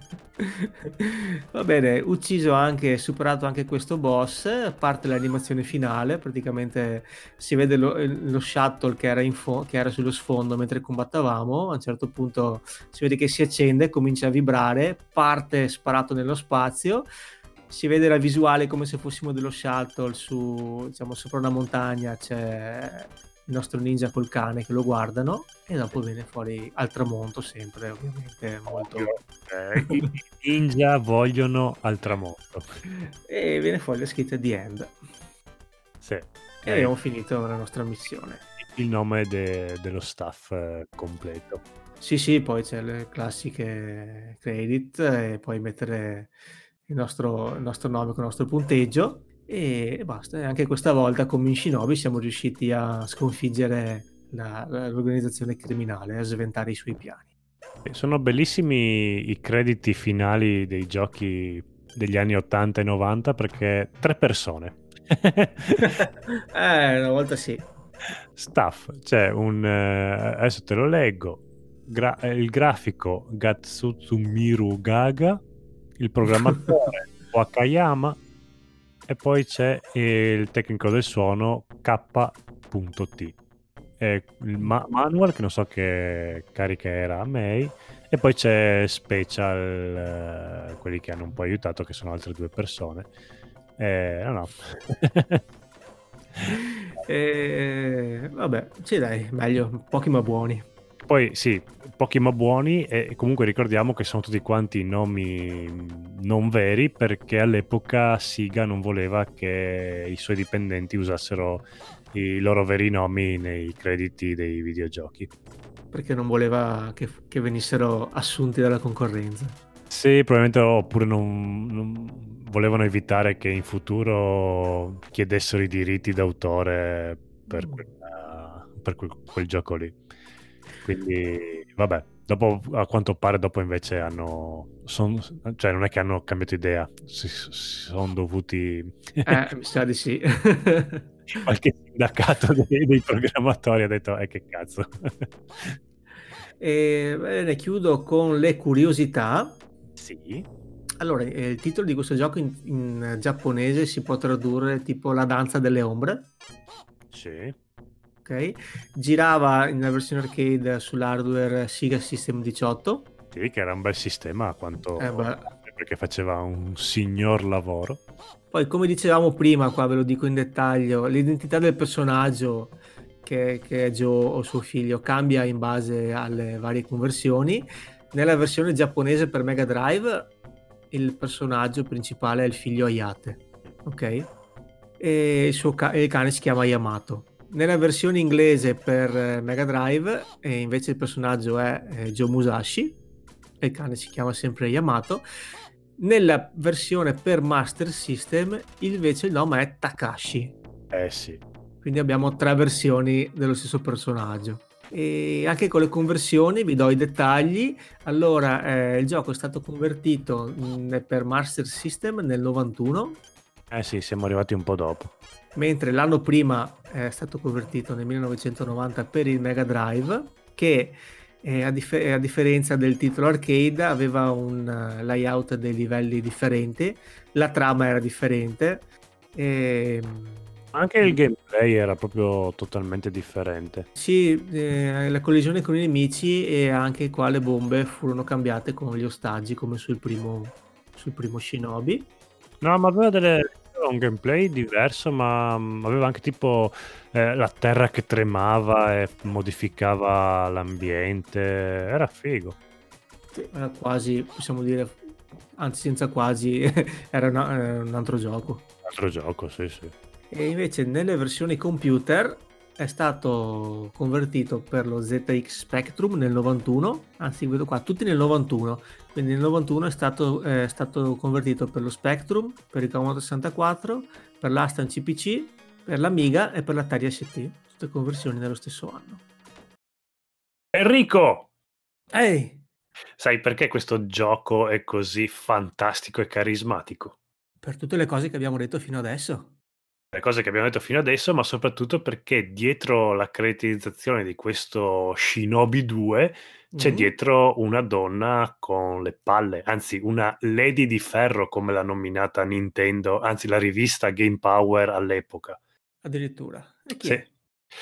Va bene, ucciso anche, superato anche questo boss, parte l'animazione finale, praticamente si vede lo, lo shuttle che era, in fo- che era sullo sfondo mentre combattavamo, a un certo punto si vede che si accende, comincia a vibrare, parte sparato nello spazio, si vede la visuale come se fossimo dello shuttle su, diciamo, sopra una montagna, c'è il nostro ninja col cane che lo guardano e dopo viene fuori al tramonto sempre, ovviamente Ovvio, molto... eh, i i ninja vogliono al tramonto. E viene fuori la scritta The End. Sì, E è abbiamo finito la nostra missione. il nome de dello staff eh, completo. Sì, sì, poi c'è le classiche credit e poi mettere il nostro, il nostro nome con il nostro punteggio e basta. E anche questa volta con Min Shinobi siamo riusciti a sconfiggere la- la- l'organizzazione criminale, a sventare i suoi piani. E sono bellissimi i crediti finali dei giochi degli anni 'ottanta e 'novanta perché tre persone. Eh, una volta sì. Staff, c'è un ehm, adesso te lo leggo. Gra ehm, il grafico Gatsumiru Gaga, il programmatore Wakayama e poi c'è, ehm, il tecnico del suono K T. E il ma manual che non so che carica era a Mei e poi c'è Special, eh, quelli che hanno un po' aiutato che sono altre due persone. Ehm, no, no. E, vabbè, sì dai, meglio, pochi ma buoni. Poi sì, pochi ma buoni e comunque ricordiamo che sono tutti quanti nomi mhmm, non veri perché all'epoca Sega non voleva che i suoi dipendenti usassero i loro veri nomi nei crediti dei videogiochi. Perché non voleva che, f- che venissero assunti dalla concorrenza. Sì, probabilmente oppure non non volevano evitare che in futuro chiedessero i diritti d'autore per Mm. quella per quel quel gioco lì. Quindi vabbè, dopo a quanto pare dopo invece hanno son s cioè non è che hanno cambiato idea, si s son dovuti Eh, mi sa di sì. qualche sindacato dei dei programmatori ha detto: "Eh, che cazzo." E bene, chiudo con le curiosità. Sì, Allora, eh, il titolo di questo gioco in, in giapponese si può tradurre tipo La danza delle ombre, sì, ok? Girava nella versione arcade sull'hardware Sega System diciotto. sì, che era un bel sistema a Eh quanto beh, pare, perché faceva un signor lavoro. poi, come dicevamo prima, qua ve lo dico in dettaglio, l'identità del personaggio, che, che è Joe o suo figlio, cambia in base alle varie conversioni. Nella versione giapponese per Mega Drive, il personaggio principale è il figlio Ayate, ok? E il suo ca- e il cane si chiama Yamato. Nella versione inglese per eh, Mega Drive, eh, invece il personaggio è eh, Joe Musashi e il cane si chiama sempre Yamato. Nella versione per Master System invece il nome è Takashi, Eh sì. quindi abbiamo tre versioni dello stesso personaggio. E anche con le conversioni vi do i dettagli. Allora, eh, il gioco è stato convertito mh, per Master System nel novantuno, Eh sì, siamo arrivati un po' dopo. mentre l'anno prima è stato convertito nel millenovecentonovanta per il Mega Drive, che eh, a, dif- a differenza del titolo arcade aveva un uh, layout dei livelli differenti, la trama era differente. E, Anche il gameplay era proprio totalmente differente. sì, eh, la collisione con i nemici e anche qua le bombe furono cambiate con gli ostaggi come sul primo, sul primo Shinobi. No, ma aveva delle aveva un gameplay diverso, ma, mhmm, aveva anche tipo, ehm, la terra che tremava e f modificava l'ambiente. Era figo. Sì, era quasi, possiamo dire, anzi senza quasi, era una- eh, un altro gioco. Altro gioco, sì, sì. E invece nelle versioni computer è stato convertito per lo Z X Spectrum nel novantuno, anzi vedo qua, tutti nel novantuno, quindi nel novantuno è stato, è stato convertito per lo Spectrum, per il Commodore sessantaquattro, per l'Aston C P C, per l'Amiga e per l'Atari S T, tutte conversioni nello stesso anno. Enrico! Ehi, Sai perché questo gioco è così fantastico e carismatico? per tutte le cose che abbiamo detto fino adesso. Le cose che abbiamo detto fino adesso, ma soprattutto perché dietro la caratterizzazione di questo Shinobi due c'è Mh. dietro una donna con le palle, anzi una Lady di ferro come l'ha nominata Nintendo, anzi la rivista Game Power all'epoca. Addirittura. E chi Sì. è?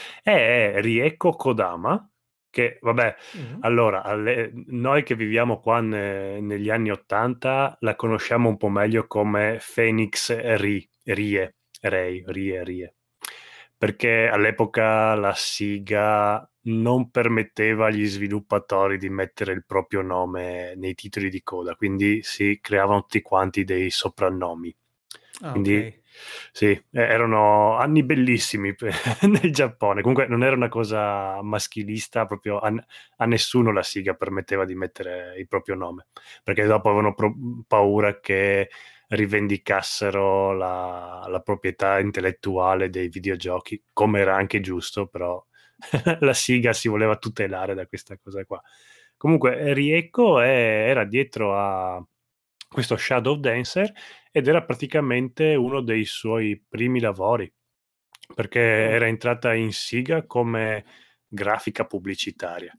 È Rieko Kodama, che vabbè, Mh. allora alle noi che viviamo qua ne negli anni 'ottanta la conosciamo un po' meglio come Phoenix Ri Rie Rei Rie Rie, perché all'epoca la Sega non permetteva agli sviluppatori di mettere il proprio nome nei titoli di coda, quindi si creavano tutti quanti dei soprannomi. Ah, Quindi okay. sì, e erano anni bellissimi pe nel Giappone. Comunque non era una cosa maschilista, proprio a n a nessuno la Sega permetteva di mettere il proprio nome, perché dopo avevano pro mhmm, paura che rivendicassero la la proprietà intellettuale dei videogiochi, come era anche giusto, però la Sega si voleva tutelare da questa cosa qua. Comunque Rieko, ehm, era dietro a questo Shadow Dancer ed era praticamente uno dei suoi primi lavori, perché Ah. era entrata in Sega come grafica pubblicitaria.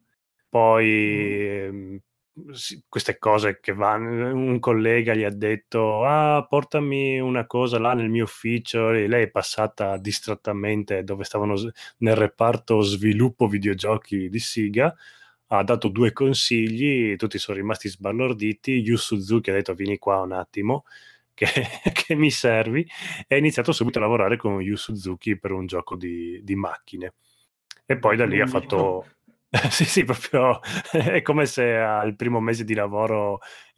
Poi, Mh. ehm, s queste cose che van un collega gli ha detto: "Ah, portami una cosa là nel mio ufficio", e lei è passata distrattamente dove stavano s nel reparto sviluppo videogiochi di Sega, ha dato due consigli, tutti son rimasti sbalorditi. Yu Suzuki ha detto: "Vieni qua un attimo che che mi servi", e ha iniziato subito a lavorare con Yu Suzuki per un gioco di di macchine. E poi da lì ha Subito. fatto sì, sì, proprio è come se al primo mese di lavoro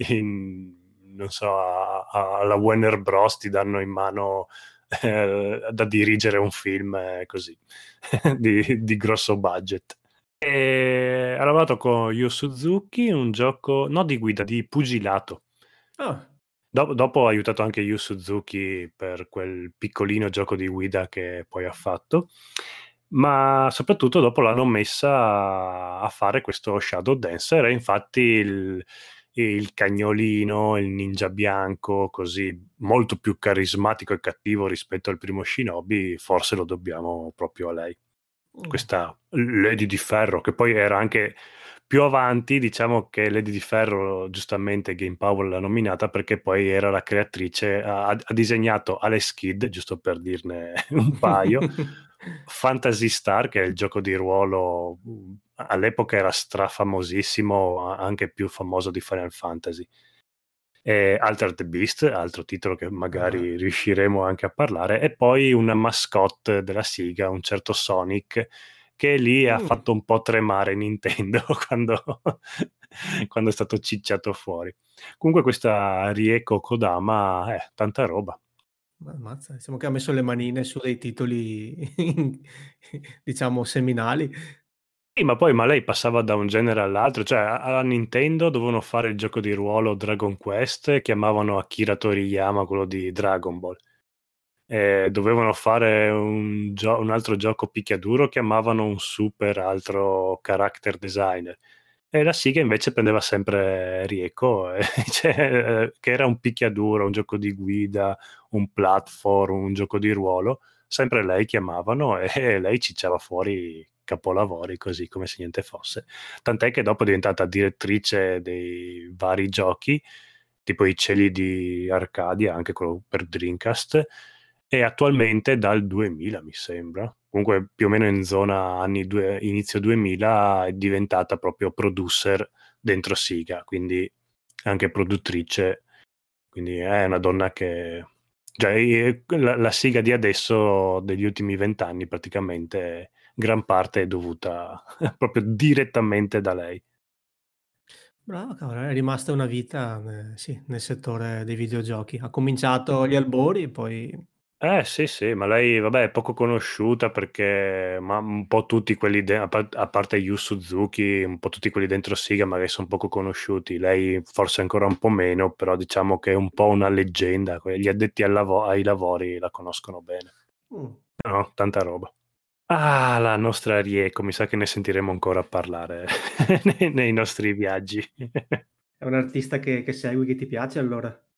in non so, a a alla Warner Bros. Ti danno in mano, ehm, da dirigere un film eh, così, di di grosso budget. Ehm, ha lavorato con Yu Suzuki, un gioco no di guida, di pugilato. Ah. Dop dopo ha aiutato anche Yu Suzuki per quel piccolino gioco di guida che poi ha fatto, ma soprattutto dopo l'hanno messa a fare questo Shadow Dancer, e infatti il il cagnolino, il ninja bianco, così molto più carismatico e cattivo rispetto al primo Shinobi, forse lo dobbiamo proprio a lei. Mh. Questa Lady di Ferro, che poi era anche più avanti, diciamo che Lady di Ferro giustamente Game Power l'ha nominata perché poi era la creatrice, ha ha disegnato Alex Kidd, giusto per dirne un paio, Phantasy Star, che è il gioco di ruolo, mhmm, all'epoca era strafamosissimo, a anche più famoso di Final Fantasy. Ehm, Altered Beast, altro titolo che Ah-ah. magari riusciremo anche a parlare, e poi una mascotte della Sega, un certo Sonic, che lì ha Mh. fatto un po' tremare Nintendo quando quando è stato cicciato fuori. Comunque questa Rieko Kodama, eh, tanta roba. Ma ammazza, diciamo che ha messo le manine su dei titoli diciamo seminali. Sì, ma poi ma lei passava da un genere all'altro, cioè a alla Nintendo dovevano fare il gioco di ruolo Dragon Quest e chiamavano Akira Toriyama quello di Dragon Ball. Ehm, dovevano fare un gio un altro gioco picchiaduro, chiamavano un super altro character designer. E la Sega invece prendeva sempre Rieko, e cioè, ehm, che era un picchiaduro, un gioco di guida, un platform, un gioco di ruolo, sempre lei chiamavano e lei cicciava fuori capolavori così, come se niente fosse. Tant'è che dopo è diventata direttrice dei vari giochi, tipo i Cieli di Arcadia, anche quello per Dreamcast, e attualmente dal duemila mi sembra, comunque più o meno in zona anni due inizio duemila, è diventata proprio producer dentro Sega, quindi anche produttrice, quindi è una donna che cioè i la la Sega di adesso, degli ultimi vent anni praticamente, gran parte è dovuta proprio direttamente da lei. Brava cavolo, è rimasta una vita, ehm, sì, nel settore dei videogiochi. Ha cominciato agli albori e poi Eh sì, sì, ma lei vabbè è poco conosciuta perché ma un po' tutti quelli de a par a parte Yu Suzuki, un po' tutti quelli dentro Sega magari son poco conosciuti. Lei forse ancora un po' meno, però diciamo che è un po' una leggenda, que gli addetti al lavo ai lavori la conoscono bene. mh, No, tanta roba. Ah, la nostra Rieko, mi sa che ne sentiremo ancora parlare nei nei nostri viaggi. è un artista che che segui, che ti piace allora?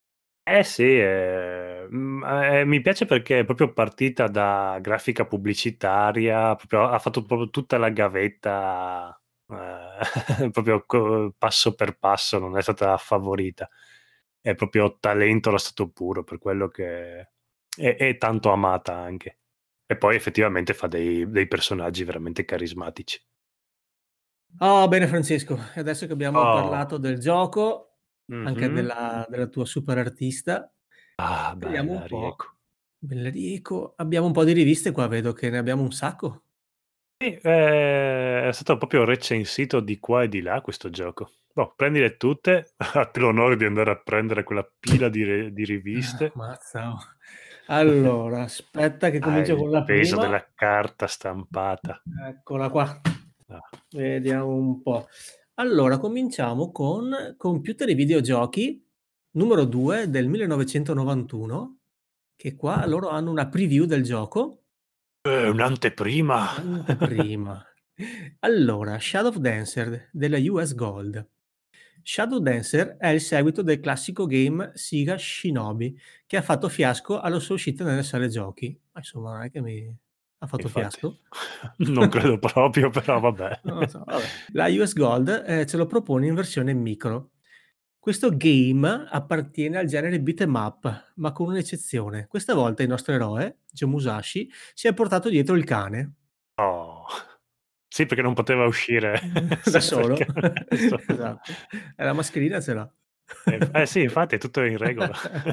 Eh sì, ehm, ehm, mi piace perché è proprio partita da grafica pubblicitaria, proprio ha fatto proprio tutta la gavetta, ehm, proprio co passo per passo, non è stata favorita. È proprio talento allo stato puro, per quello che è è tanto amata anche. E poi effettivamente fa dei dei personaggi veramente carismatici. Oh, bene Francesco, e adesso che abbiamo Oh, parlato del gioco, anche mh-mh. della della tua super artista, Ah, vediamo un bella po'. Rieko. Bellarico, abbiamo un po' di riviste qua, vedo che ne abbiamo un sacco. Sì, ehm, è stato proprio recensito di qua e di là questo gioco. Boh, prendile tutte, a te l'onore di andare a prendere quella pila di re di Ah, riviste. mazza oh. Allora, aspetta che Ah, comincio il con la peso prima. della carta stampata. Eccola qua. Ah, Vediamo un po'. Allora, cominciamo con Computer e videogiochi, numero due del millenovecentonovantuno, che qua loro hanno una preview del gioco. eh, un'anteprima. Anteprima. Allora, Shadow Dancer della U S Gold. Shadow Dancer è il seguito del classico game Sega Shinobi, che ha fatto fiasco alla sua uscita nelle sale giochi. Ma insomma, non è che mi ha fatto Infatti, fiasco? non credo proprio, però vabbè. Non lo so, vabbè. La U S Gold, ehm, ce lo propone in versione micro. Questo game appartiene al genere beat 'em up, ma con un'eccezione. Questa volta il nostro eroe, Joe Musashi, si è portato dietro il cane. Oh. Sì, perché non poteva uscire Da senza il solo. cane da solo. Esatto. E la mascherina ce l'ha. Eh f eh sì, infatti è tutto in regola.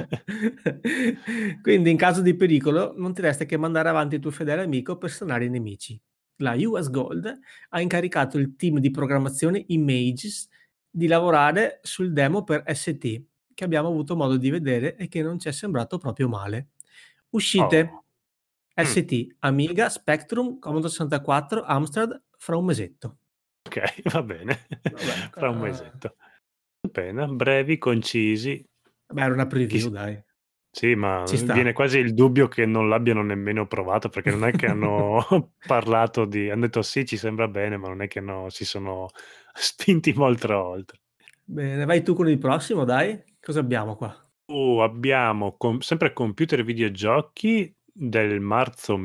Quindi in caso di pericolo non ti resta che mandare avanti il tuo fedele amico per sanare i nemici. La U S Gold ha incaricato il team di programmazione Images di lavorare sul demo per S T, che abbiamo avuto modo di vedere e che non ci è sembrato proprio male. Oh, Uscite mh, S T, Amiga, Spectrum, Commodore sessantaquattro, Amstrad fra un mesetto. okay, va bene. Vabbè, Fra un ca mesetto. Appena, brevi, concisi. Vabbè, era una preview Chis dai, Sì, ci ma sta. viene quasi il dubbio che non l'abbiano nemmeno provato, perché non è che hanno parlato di han detto: "Sì, ci sembra bene", ma non è che hanno si sono spinti molto oltre. Bene, vai tu con il prossimo dai. Cosa abbiamo qua? Uh, abbiamo com sempre computer e videogiochi del marzo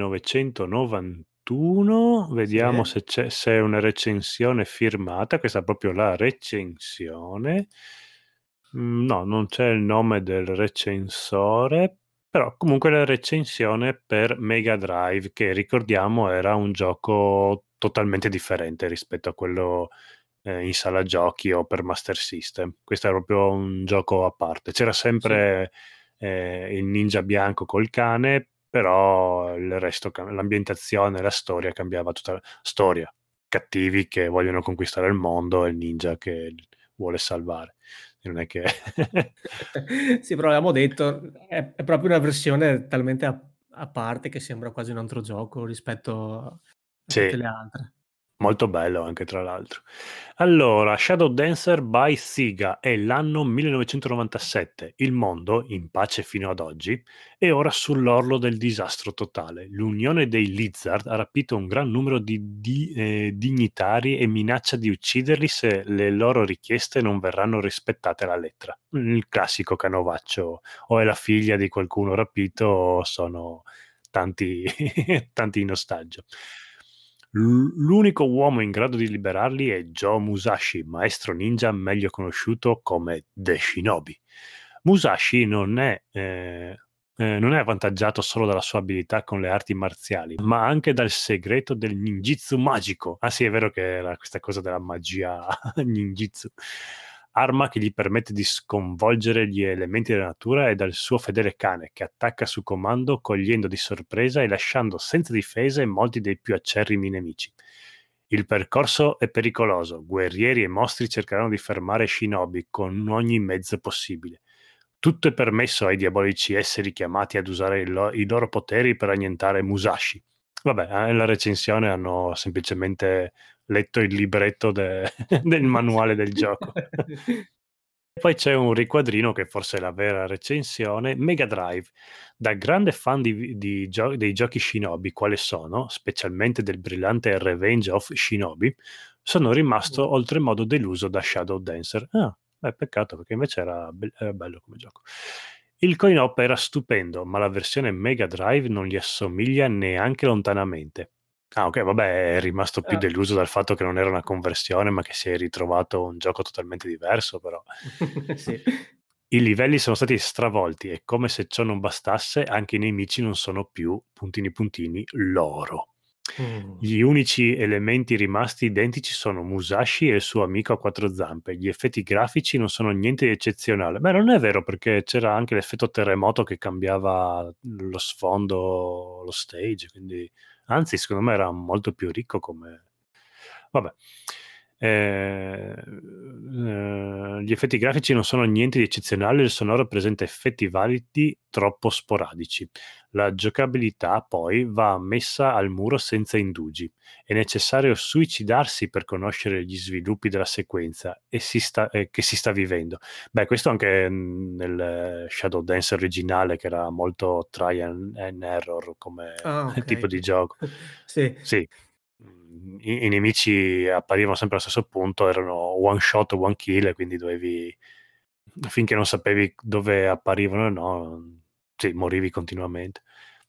millenovecentonovantuno, vediamo Sì, se c'è se è una recensione firmata, questa è proprio la recensione. Mhmm, no, non c'è il nome del recensore, però comunque la recensione per Mega Drive, che ricordiamo era un gioco totalmente differente rispetto a quello, ehm, in sala giochi o per Master System. Questo era proprio un gioco a parte. C'era sì. sempre, ehm, il ninja bianco col cane, però il resto ca l'ambientazione, la storia cambiava total storia, cattivi che vogliono conquistare il mondo e il ninja che l vuole salvare. Non è che Sì, però avevamo detto, è è proprio una versione talmente a a parte che sembra quasi un altro gioco rispetto a tutte sì. le altre. Molto bello anche tra l'altro. Allora, Shadow Dancer by Sega è l'anno millenovecentonovantasette. Il mondo, in pace fino ad oggi, è ora sull'orlo del disastro totale. L'Unione dei Lizard ha rapito un gran numero di di ehm, dignitari e minaccia di ucciderli se le loro richieste non verranno rispettate alla lettera. Il classico canovaccio: o è la figlia di qualcuno rapito o sono tanti tanti in ostaggio. L l'unico uomo in grado di liberarli è Joe Musashi, maestro ninja meglio conosciuto come The Shinobi. Musashi non è ehm, ehm, non è avvantaggiato solo dalla sua abilità con le arti marziali, ma anche dal segreto del ninjitsu magico. Ah sì, è vero che era questa cosa della magia ninjitsu. Arma che gli permette di sconvolgere gli elementi della natura, e dal suo fedele cane che attacca su comando, cogliendo di sorpresa e lasciando senza difese molti dei più acerrimi nemici. Il percorso è pericoloso, guerrieri e mostri cercheranno di fermare Shinobi con ogni mezzo possibile. Tutto è permesso ai diabolici esseri chiamati ad usare il lo- i loro poteri per annientare Musashi. Vabbè, eh, nella recensione hanno semplicemente letto il libretto de- del manuale del gioco. Poi c'è un riquadrino che forse è la vera recensione: Mega Drive. Da grande fan di vi di gio dei giochi Shinobi quale sono, specialmente del brillante Revenge of Shinobi, sono rimasto oltremodo deluso da Shadow Dancer. Ah, Eh, peccato perché invece era be era bello come gioco. Il coin op era stupendo, ma la versione Mega Drive non gli assomiglia neanche lontanamente. Ah okay, vabbè, è rimasto più Ah. deluso dal fatto che non era una conversione, ma che si è ritrovato un gioco totalmente diverso però. Sì. I livelli sono stati stravolti e come se ciò non bastasse, anche i nemici non sono più, puntini, puntini, loro. Mh. Gli unici elementi rimasti identici sono Musashi e il suo amico a quattro zampe. Gli effetti grafici non sono niente di eccezionale. Beh, non è vero perché c'era anche l'effetto terremoto che cambiava lo sfondo, lo stage, quindi anzi secondo me era molto più ricco come vabbè. Ehm, gli effetti grafici non sono niente di eccezionale, il sonoro presenta effetti validi troppo sporadici. La giocabilità poi va messa al muro senza indugi. È necessario suicidarsi per conoscere gli sviluppi della sequenza e si sta ehm, che si sta vivendo. Beh, questo anche, mhmm, nel Shadow Dance originale che era molto try and and error come Ah, tipo okay. di gioco. Sì. Sì. Mhmm, i i nemici apparivano sempre allo stesso punto, erano one shot, one kill e quindi dovevi finché non sapevi dove apparivano e no, sì, morivi continuamente.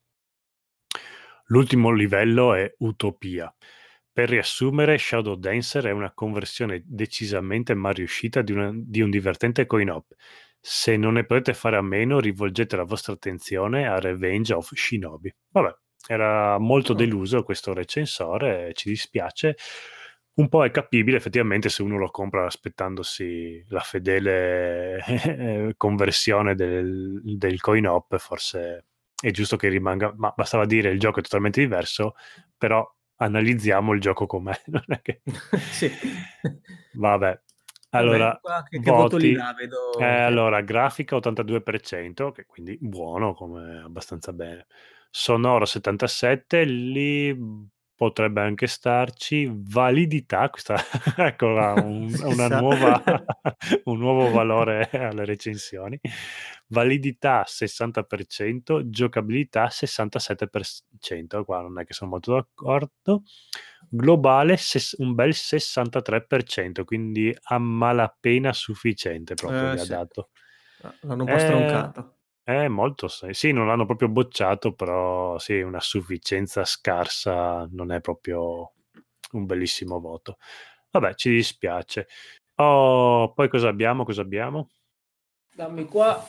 L'ultimo livello è Utopia. Per riassumere, Shadow Dancer è una conversione decisamente mal riuscita di una di un divertente coin op. Se non ne potete fare a meno, rivolgete la vostra attenzione a Revenge of Shinobi. Vabbè, era molto Ah. deluso questo recensore, ci dispiace. Un po' è capibile effettivamente se uno lo compra aspettandosi la fedele conversione del del coin op, forse è giusto che rimanga ma bastava dire il gioco è totalmente diverso, però analizziamo il gioco com'è, non è che Sì. vabbè. Vabbè, Allora, qua che che voto gli voti. dà? Eh, Vedo che allora grafica ottantadue per cento, che quindi buono, come abbastanza bene. Sonoro settantasette, lì, mhmm, potrebbe anche starci. Validità, questa eccola un si una sa. nuova un nuovo valore alle recensioni. Validità sessanta per cento, giocabilità sessantasette per cento, qua non è che sono molto d'accordo. Globale ses un bel sessantatré per cento, quindi a malapena sufficiente proprio Eh, gli ha sì. dato. Ah, l'hanno un po' Eh, stroncato. eh molto sì. Sì, non l'hanno proprio bocciato, però sì, una sufficienza scarsa non è proprio un bellissimo voto. Vabbè, ci dispiace. Oh, poi cosa abbiamo, cosa abbiamo? Dammi qua,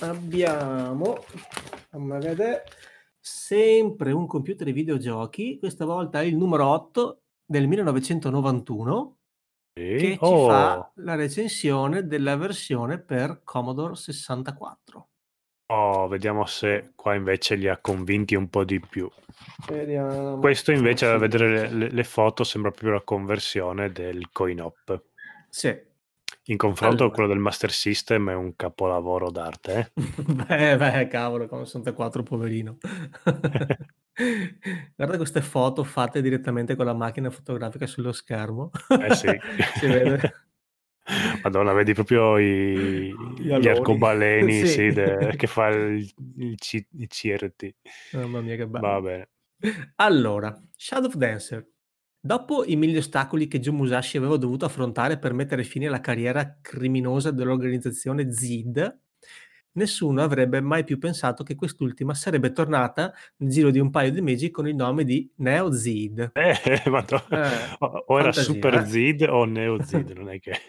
abbiamo, fammi vedè, sempre un computer e videogiochi, questa volta è il numero otto del millenovecentonovantuno, Sì. che ci fa Oh, la recensione della versione per Commodore sessantaquattro. oh, vediamo se qua invece li ha convinti un po' di più. Vediamo Questo come invece a si vedere dice. le, le foto sembra proprio la conversione del coin op. Sì, In confronto a allora. quello del Master System è un capolavoro d'arte, Beh, beh, cavolo, con sessantaquattro poverino. eh. Guarda queste foto fatte direttamente con la macchina fotografica sullo schermo. Eh sì. Si vede Madonna, vedi proprio i gli gli aloni. arcobaleni, Sì. sì, de che fa il il C il C R T. Mamma mia che Va bello. bene. Allora, Shadow of Dancer. Dopo i mille ostacoli che Joe Musashi aveva dovuto affrontare per mettere fine alla carriera criminosa dell'organizzazione Z I D, nessuno avrebbe mai più pensato che quest'ultima sarebbe tornata nel giro di un paio di mesi con il nome di Neo Zid. Eh, madò, Eh, o o era Super fantasia, Zid o Neo Zid, non è che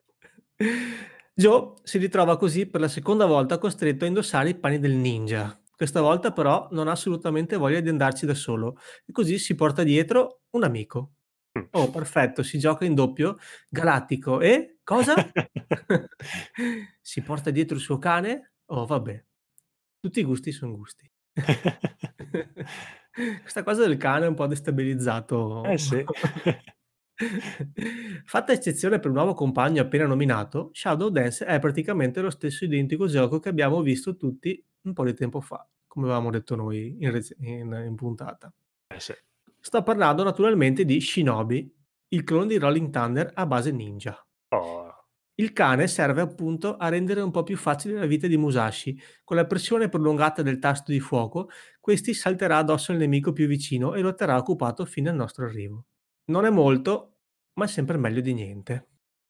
Joe si ritrova così per la seconda volta costretto a indossare i panni del ninja. Questa volta però non ha assolutamente voglia di andarci da solo e così si porta dietro un amico. Mh. Oh, perfetto, si gioca in doppio galattico e cosa? Si porta dietro il suo cane? Oh, vabbè, tutti i gusti son gusti. Questa cosa del cane ha un po' Eh destabilizzato. sì. Fatta eccezione per un nuovo compagno appena nominato, Shadow Dance è praticamente lo stesso identico gioco che abbiamo visto tutti un po' di tempo fa, come avevamo detto noi in rec in in puntata. Eh sì. Sto parlando naturalmente di Shinobi, il clone di Rolling Thunder a base ninja. Oh, Il cane serve appunto a rendere un po' più facile la vita di Musashi. Con la pressione prolungata del tasto di fuoco, questi salterà addosso al nemico più vicino e lo terrà occupato fino al nostro arrivo. Non è molto, ma è sempre meglio di niente.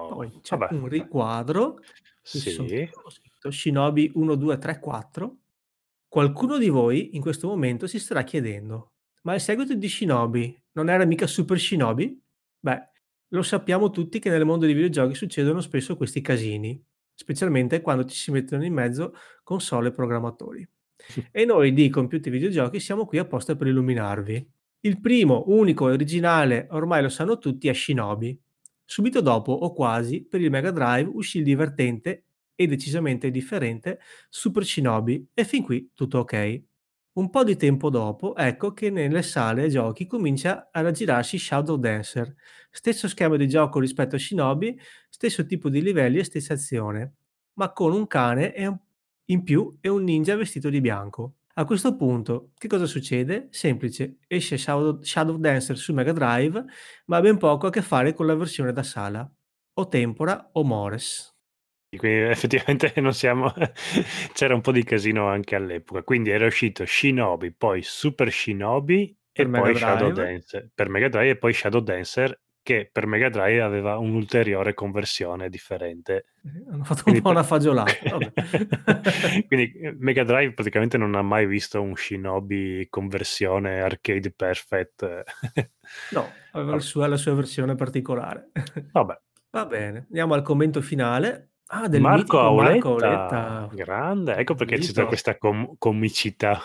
Oh, Poi c'è vabbè. un riquadro, qui sotto Sì. ho scritto Shinobi uno, due, tre, quattro. Qualcuno di voi in questo momento si starà chiedendo: "Ma il seguito di Shinobi non era mica Super Shinobi?" Beh, lo sappiamo tutti che nel mondo dei videogiochi succedono spesso questi casini, specialmente quando ci si mettono in mezzo console e programmatori. E noi di Compiuti Videogiochi siamo qui apposta per illuminarvi. Il primo, unico e originale, ormai lo sanno tutti, è Shinobi. Subito dopo, o quasi, per il Mega Drive uscì il divertente e decisamente differente Super Shinobi e fin qui tutto ok. Un po' di tempo dopo, ecco che nelle sale giochi comincia a raggirarsi Shadow Dancer. Stesso schema di gioco rispetto a Shinobi, stesso tipo di livelli e stessa azione, ma con un cane e un- in più e un ninja vestito di bianco. A questo punto, che cosa succede? Semplice, esce Shadow, Shadow Dancer su Mega Drive, ma ha ben poco a che fare con la versione da sala. O Tempora o Mores. Quindi effettivamente non siamo c'era un po' di casino anche all'epoca. Quindi era uscito Shinobi, poi Super Shinobi Per e Mega poi Shadow Drive. Dancer per Mega Drive e poi Shadow Dancer che per Mega Drive aveva un'ulteriore conversione differente. Eh, hanno fatto un Quindi po' una per fagiolata, vabbè. quindi, ehm, Mega Drive praticamente non ha mai visto un Shinobi conversione arcade perfect. No, aveva il Vabbè. sua la sua versione particolare. Vabbè. Va bene, andiamo al commento finale. Ah, del Marco mitico Marco Auletta, Auletta. grande, ecco perché c'è tutta Mito. questa com comicità.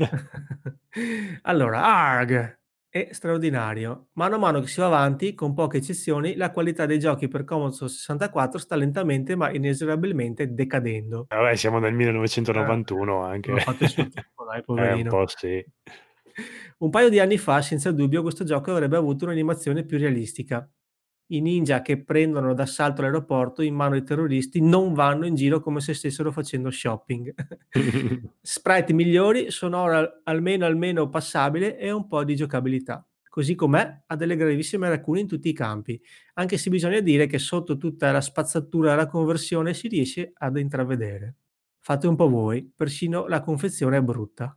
Allora, arg, è straordinario. Mano a mano che si va avanti, con poche eccezioni, la qualità dei giochi per Commodore sessantaquattro sta lentamente ma inesorabilmente decadendo. Vabbè, siamo nel Eh, millenovecentonovantuno anche. aveva fatto il suo tempo dai, Eh, un poverino. po' sì. Un paio di anni fa, senza dubbio, questo gioco avrebbe avuto un'animazione più realistica. I ninja che prendono d'assalto l'aeroporto in mano ai terroristi non vanno in giro come se stessero facendo shopping. Sprite migliori, sonora almeno almeno passabile e un po' di giocabilità. Così com'è, ha delle gravissime lacune in tutti i campi, anche se bisogna dire che sotto tutta la spazzatura e la conversione si riesce ad intravedere. Fate un po' voi, persino la confezione è brutta.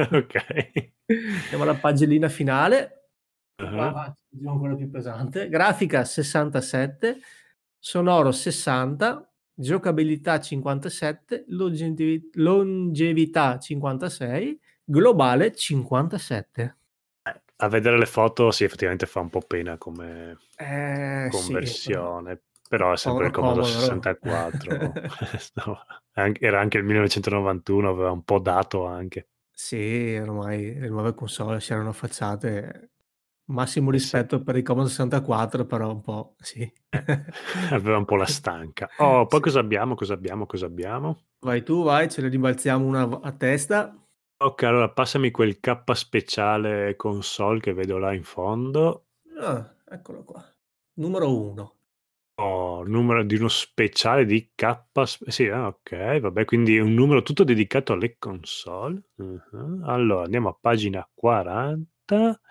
Okay. Andiamo alla pagellina finale. Qua Ah-ah. va ancora più pesante. Grafica sessantasette, sonoro sessanta, giocabilità cinquantasette, longevi longevità cinquantasei, globale cinquantasette. A vedere le foto sì, effettivamente fa un po' pena come Eh sì, però conversione, però è sempre il povero Commodore Commodore. sessantaquattro. No, anche era anche il millenovecentonovantuno, aveva un po' dato anche. Sì, ormai le nuove console si erano affacciate. Massimo Eh sì, rispetto per il Commodore sessantaquattro, però un po' sì. eh, aveva un po' la stanca. Oh, poi Sì. cosa abbiamo, cosa abbiamo, cosa abbiamo? Vai tu, vai, ce ne rimbalziamo una v a testa. Okay, allora passami quel K speciale console che vedo là in fondo. Ah, eccolo qua. Numero uno. Oh, numero di uno speciale di K sp sì, ah, okay, vabbè, quindi un numero tutto dedicato alle console. Mh-mh. Allora andiamo a pagina quaranta.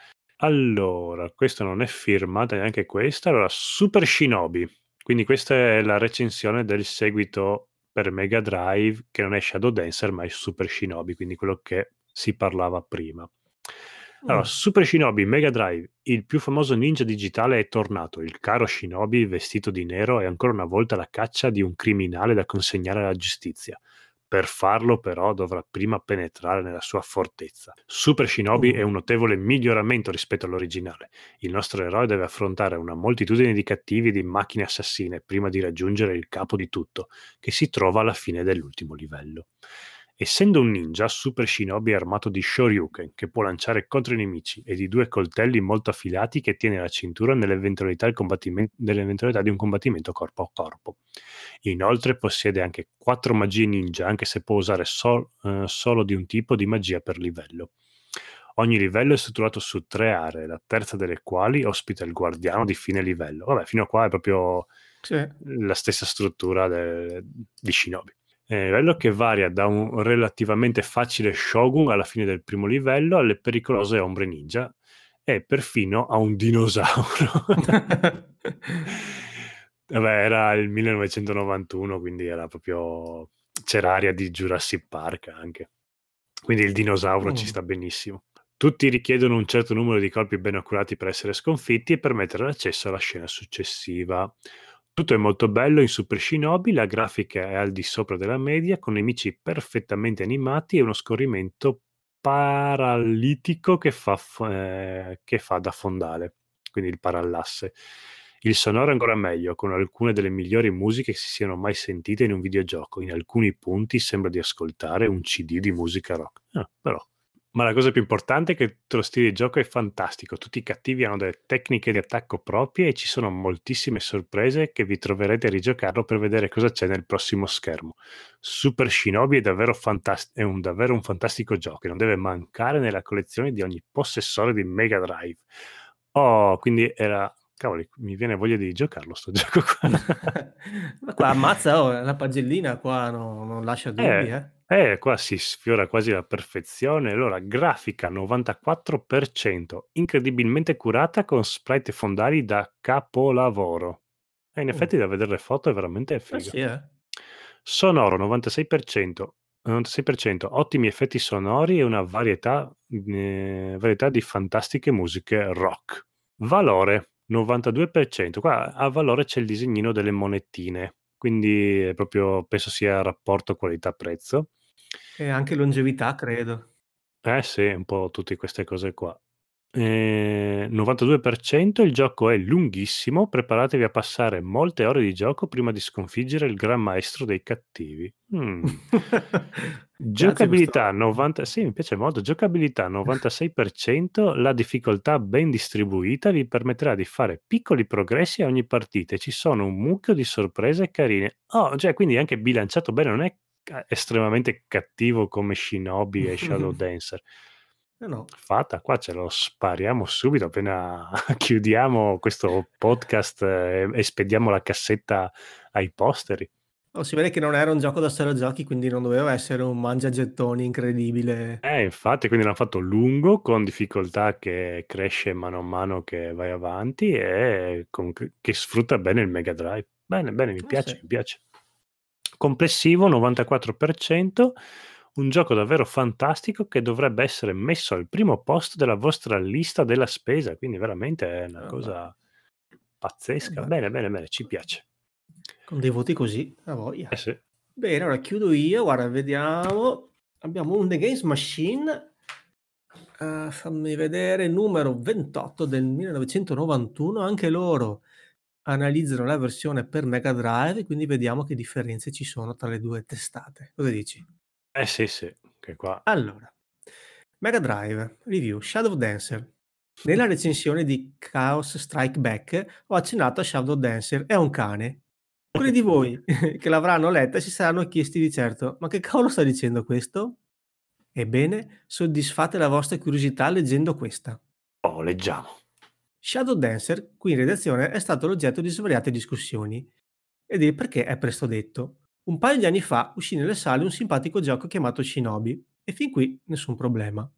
Allora, questa non è firmata neanche questa. Allora, Super Shinobi. Quindi questa è la recensione del seguito per Mega Drive, che non è Shadow Dancer, ma è Super Shinobi, quindi quello che si parlava prima. Allora, Mh. Super Shinobi Mega Drive, il più famoso ninja digitale è tornato. Il caro Shinobi, vestito di nero, è ancora una volta alla caccia di un criminale da consegnare alla giustizia. Per farlo, però, dovrà prima penetrare nella sua fortezza. Super Shinobi è Uh. un notevole miglioramento rispetto all'originale. Il nostro eroe deve affrontare una moltitudine di cattivi e di macchine assassine prima di raggiungere il capo di tutto, che si trova alla fine dell'ultimo livello. Essendo un ninja, Super Shinobi è armato di Shoryuken, che può lanciare contro i nemici, e di due coltelli molto affilati che tiene alla cintura nell'eventualità, il combattimen- nell'eventualità di un combattimento corpo a corpo. Inoltre possiede anche quattro magie ninja, anche se può usare sol- eh, solo di un tipo di magia per livello. Ogni livello è strutturato su tre aree, la terza delle quali ospita il guardiano di fine livello. Vabbè, fino a qua è proprio Sì. la stessa struttura de- di Shinobi. Eh, livello che varia da un relativamente facile Shogun alla fine del primo livello alle pericolose ombre ninja e perfino a un dinosauro. Vabbè, era il millenovecentonovantuno, quindi era proprio c'era aria di Jurassic Park anche. Quindi il dinosauro ci Mh. sta benissimo. Tutti richiedono un certo numero di colpi ben accurati per essere sconfitti e permettere l'accesso alla scena successiva. Tutto è molto bello in Super Shinobi, la grafica è al di sopra della media, con nemici perfettamente animati e uno scorrimento parallitico che fa, f- eh, che fa da fondale, quindi il parallasse. Il sonoro è ancora meglio, con alcune delle migliori musiche che si siano mai sentite in un videogioco. In alcuni punti sembra di ascoltare un C D di musica rock. Ah, però. Ma la cosa più importante è che tutto lo stile di gioco è fantastico. Tutti i cattivi hanno delle tecniche di attacco proprie e ci sono moltissime sorprese che vi troverete a rigiocarlo per vedere cosa c'è nel prossimo schermo. Super Shinobi è davvero, fantast- è un, davvero un fantastico gioco e non deve mancare nella collezione di ogni possessore di Mega Drive. Oh, quindi era... Cavoli, mi viene voglia di giocarlo sto gioco qua. Ma qua ammazza, oh, la pagellina qua no- non lascia dubbi, Eh, eh. eh, qua si sfiora quasi la perfezione. Allora, grafica novantaquattro per cento, incredibilmente curata con sprite fondali da capolavoro. E in Mm. effetti da vedere le foto è veramente Eh figa. sì, eh. Sonoro novantasei per cento, novantasei per cento, ottimi effetti sonori e una varietà, eh, varietà di fantastiche musiche rock. Valore novantadue per cento, qua a valore c'è il disegnino delle monetine, quindi è proprio, penso sia rapporto qualità-prezzo. E anche longevità, credo. Eh sì, un po' tutte queste cose qua. Ehm, novantadue per cento, il gioco è lunghissimo, preparatevi a passare molte ore di gioco prima di sconfiggere il gran maestro dei cattivi. Mh. Piace Giocabilità questo. novanta sì, mi piace molto. Giocabilità novantasei per cento, la difficoltà ben distribuita vi permetterà di fare piccoli progressi a ogni partita e ci sono un mucchio di sorprese carine. Oh, cioè quindi è anche bilanciato bene, non è ca estremamente cattivo come Shinobi e Shadow Dancer. Eh no. Fata, qua ce lo spariamo subito appena chiudiamo questo podcast, ehm, e spediamo la cassetta ai posteri. Oh, si vede che non era un gioco da sala giochi, quindi non doveva essere un mangiagettoni incredibile. Eh, infatti, quindi l'han fatto lungo, con difficoltà che cresce mano a mano che vai avanti e con c che sfrutta bene il Mega Drive. Bene, bene, mi Eh sì. piace, mi piace. Complessivo novantaquattro per cento, un gioco davvero fantastico che dovrebbe essere messo al primo posto della vostra lista della spesa, quindi veramente è una Vabbè. cosa pazzesca. Vabbè. Bene, bene, bene, ci piace. Con dei voti così, a voglia. Eh sì. Bene, allora chiudo io, guarda, vediamo. Abbiamo un The Games Machine, eh, fammi vedere, numero ventotto del millenovecentonovantuno, anche loro analizzano la versione per Mega Drive, quindi vediamo che differenze ci sono tra le due testate. Cosa dici? Eh sì, sì, che qua Allora, Mega Drive, review, Shadow Dancer. Nella recensione di Chaos Strike Back ho accennato a Shadow Dancer, è un cane. Quelli di voi che l'avranno letta si saranno chiesti di certo, ma che cavolo sta dicendo questo? Ebbene, soddisfate la vostra curiosità leggendo questa. oh, leggiamo. Shadow Dancer, qui in redazione, è stato l'oggetto di svariate discussioni. Ed il perché è presto detto. Un paio di anni fa uscì nelle sale un simpatico gioco chiamato Shinobi, e fin qui nessun problema.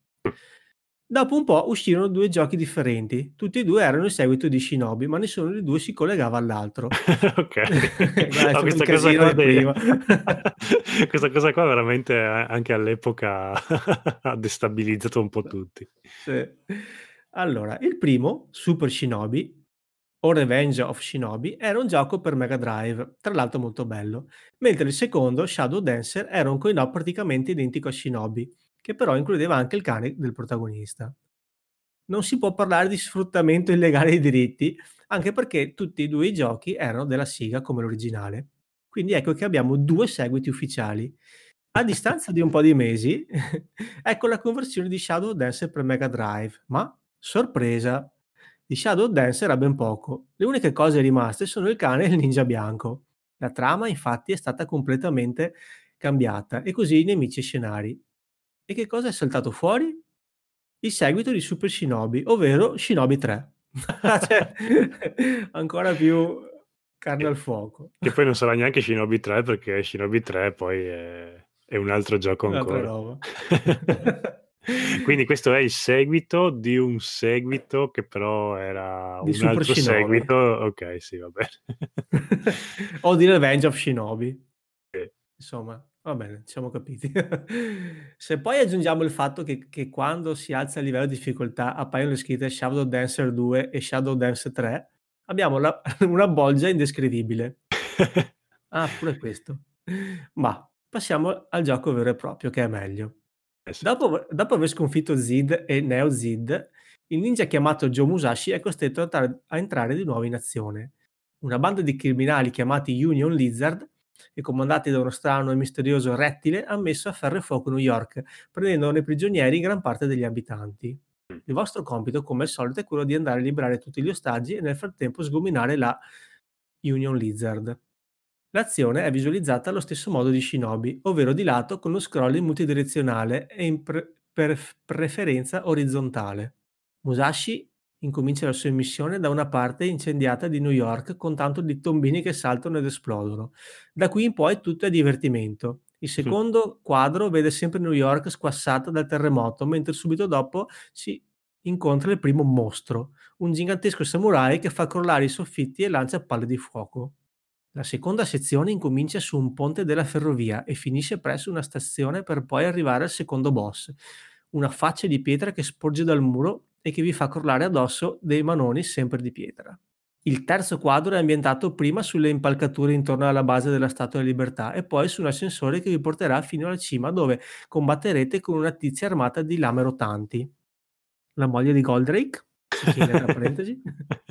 Dopo un po' uscirono due giochi differenti, tutti e due erano il seguito di Shinobi, ma nessuno dei due si collegava all'altro. Okay. Guarda, è No, stato un questa cosa casino qua del dei prima. questa cosa qua veramente a anche all'epoca ha destabilizzato un po' tutti. Sì. Allora, il primo, Super Shinobi, o Revenge of Shinobi, era un gioco per Mega Drive, tra l'altro molto bello, mentre il secondo, Shadow Dancer, era un coin-op praticamente identico a Shinobi, che però includeva anche il cane del protagonista. Non si può parlare di sfruttamento illegale dei diritti, anche perché tutti e due i giochi erano della Sega come l'originale. Quindi ecco che abbiamo due seguiti ufficiali. A distanza di un po' di mesi, ecco la conversione di Shadow Dancer per Mega Drive, ma sorpresa, di Shadow Dancer ha ben poco. Le uniche cose rimaste sono il cane e il ninja bianco. La trama infatti è stata completamente cambiata e così i nemici e scenari. E che cosa è saltato fuori? Il seguito di Super Shinobi, ovvero Shinobi tre. Cioè, ancora più carne Che al fuoco. che poi non sarà neanche Shinobi tre perché Shinobi tre poi è è un altro gioco Un'altra ancora. roba. Quindi questo è il seguito di un seguito che però era Di un Super altro Shinobi. seguito, okay, sì, va bene. O di Revenge of Shinobi. Sì. Insomma, va bene, ci siamo capiti. Se poi aggiungiamo il fatto che che quando si alza il livello di difficoltà appaiono le scritte Shadow Dancer due e Shadow Dance tre, Abbiamo la una bolgia indescrivibile. Ah, pure questo. Mah, passiamo al gioco vero e proprio che è meglio. Eh sì. Dopo ave dopo aver sconfitto Zed e Neo Zed, il ninja chiamato Joe Musashi è costretto a tar a entrare di nuovo in azione. Una banda di criminali chiamati Union Lizard e comandati da uno strano e misterioso rettile ha messo a ferro e fuoco New York, prendendone prigionieri gran parte degli abitanti. Mh. Il vostro compito, come al solito, è quello di andare a liberare tutti gli ostaggi e nel frattempo sgominare la Union Lizard. L'azione è visualizzata allo stesso modo di Shinobi, ovvero di lato con lo scrolling multidirezionale e in pre- per- preferenza orizzontale. Musashi incomincia la sua missione da una parte incendiata di New York con tanto di tombini che saltano ed esplodono. Da qui in poi tutto è divertimento. Il Mh. secondo quadro vede sempre New York squassata dal terremoto, mentre subito dopo si incontra il primo mostro, un gigantesco samurai che fa crollare i soffitti e lancia palle di fuoco. La seconda sezione incomincia su un ponte della ferrovia e finisce presso una stazione per poi arrivare al secondo boss, una faccia di pietra che sporge dal muro e che vi fa crollare addosso dei manoni sempre di pietra. Il terzo quadro è ambientato prima sulle impalcature intorno alla base della Statua della Libertà e poi su un ascensore che vi porterà fino alla cima dove combatterete con una tizia armata di lame rotanti. La moglie di Goldrake? Si chiede tra parentesi.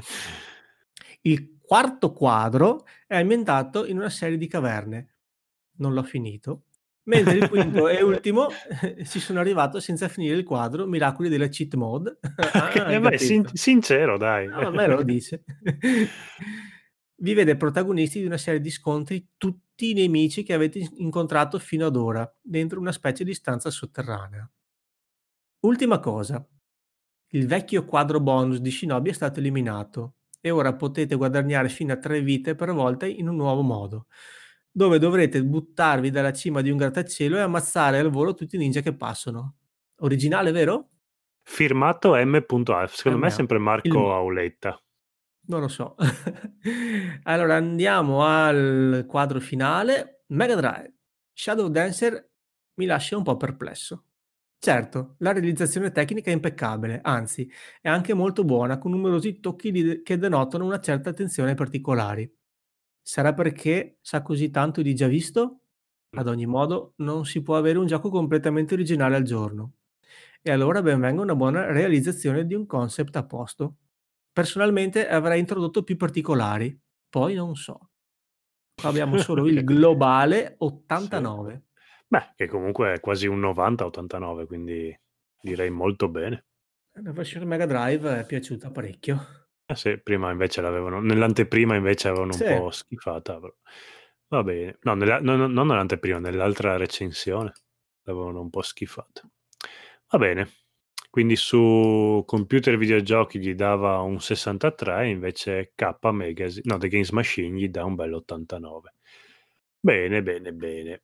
Il quarto quadro è ambientato in una serie di caverne. Non l'ho finito. Mentre il quinto e ultimo ci sono arrivato senza finire il quadro, Miracoli della cheat mode. Ah, Okay, hai beh, sin capito. sincero dai. Ah, vabbè, lo dice. Vi vede protagonisti di una serie di scontri tutti i nemici che avete ins incontrato fino ad ora, dentro una specie di stanza sotterranea. Ultima cosa, il vecchio quadro bonus di Shinobi è stato eliminato e ora potete guadagnare fino a tre vite per volta in un nuovo modo, dove dovrete buttarvi dalla cima di un grattacielo e ammazzare al volo tutti i ninja che passano. Originale, vero? Firmato M. A. Secondo me è M A. sempre Il Marco M Auletta. Non lo so. Allora andiamo al quadro finale. Mega Drive. Shadow Dancer mi lascia un po' perplesso. Certo, la realizzazione tecnica è impeccabile, anzi, è anche molto buona, con numerosi tocchi di- che denotano una certa attenzione ai particolari. Sarà perché sa così tanto di già visto? Mh. Ad ogni modo, non si può avere un gioco completamente originale al giorno. E allora ben venga una buona realizzazione di un concept a posto. Personalmente avrei introdotto più particolari, poi non so. Qua abbiamo solo il Okay. globale Sì. ottantanove. Beh, che comunque è quasi un novanta, ottantanove, quindi direi molto bene. La versione Mega Drive è piaciuta parecchio. Eh sì, prima invece l'avevano nell'anteprima invece avevano un Sì, po' schifata, però va bene. No, nella no no non nell'anteprima, nell'altra recensione l'avevano un po' schifata. Va bene. Quindi su computer e videogiochi gli dava un sessantatré, invece K Magazine no, The Games Machine gli dà un bell'ottantanove. Bene, bene, bene.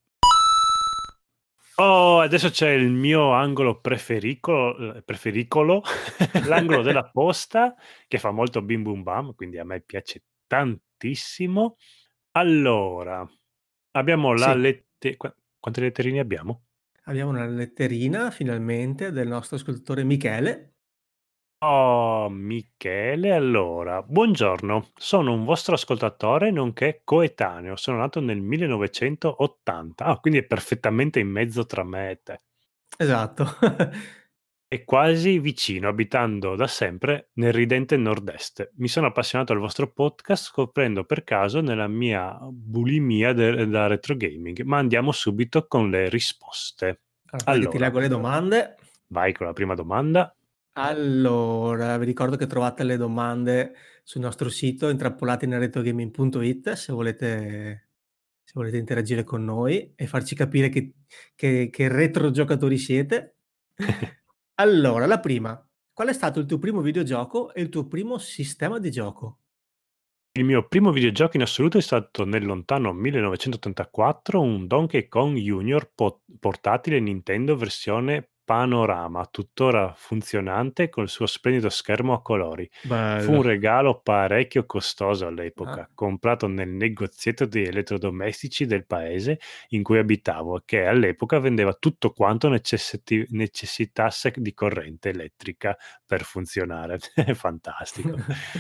Oh, adesso c'è il mio angolo prefericolo ehm, prefericolo, l'angolo della posta, che fa molto bim bum bam, quindi a me piace tantissimo. Allora, abbiamo la sì. lette qua quante letterine abbiamo? Abbiamo una letterina finalmente del nostro ascoltatore Michele. Oh, Michele, allora, buongiorno, sono un vostro ascoltatore nonché coetaneo. Sono nato nel millenovecentottanta. Ah, quindi è perfettamente in mezzo tra me e te. Esatto. E quasi vicino, abitando da sempre nel ridente nord-est. Mi sono appassionato al vostro podcast scoprendo per caso nella mia bulimia de- da retro gaming, ma andiamo subito con le risposte. Allora, aspetta che ti Allora, leggo le domande. vai con la prima domanda. Allora, vi ricordo che trovate le domande sul nostro sito intrappolati nel retrogaming punto it se volete se volete interagire con noi e farci capire che che che retro giocatori siete. Allora, la prima: qual è stato il tuo primo videogioco e il tuo primo sistema di gioco? Il mio primo videogioco in assoluto è stato nel lontano millenovecentottantaquattro un Donkey Kong Junior po- portatile Nintendo versione panorama, tuttora funzionante col suo splendido schermo a colori. Fu un Bello. regalo parecchio costoso Ah. all'epoca, comprato nel negozietto di elettrodomestici del paese in cui abitavo, che all'epoca vendeva tutto quanto necessiti- necessitasse di corrente elettrica per funzionare. Fantastico.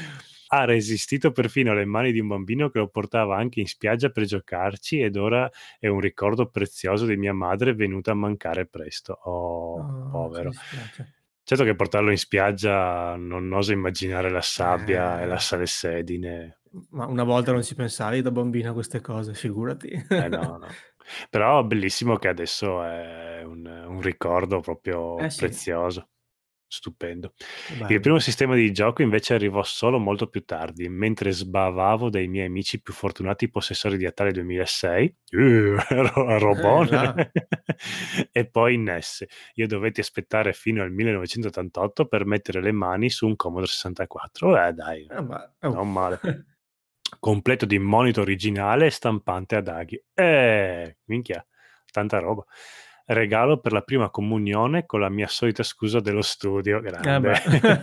Ha resistito perfino alle mani di un bambino che lo portava anche in spiaggia per giocarci ed ora è un ricordo prezioso di mia madre venuta a mancare presto. Oh, Oh, ci povero. dispiace. Certo che portarlo in spiaggia non oso immaginare la sabbia e la Eh, salsedine. ma una volta non ci pensavi da bambino a queste cose, figurati. Eh no, no. Però bellissimo che adesso è un un ricordo proprio Eh sì, prezioso. Stupendo. che Il bello. primo sistema di gioco invece arrivò solo molto più tardi, mentre sbavavo dai miei amici più fortunati possessori di Atari duemilasei, uh, ro Eh, robone, là. e poi N E S. Io dovetti aspettare fino al millenovecentottantotto per mettere le mani su un Commodore sessantaquattro. Eh dai, Ah, ma oh. non male. Completo di monitor originale e stampante ad aghi. Eh, minchia, tanta roba. Regalo per la prima comunione con la mia solita scusa dello studio, Eh grande. beh.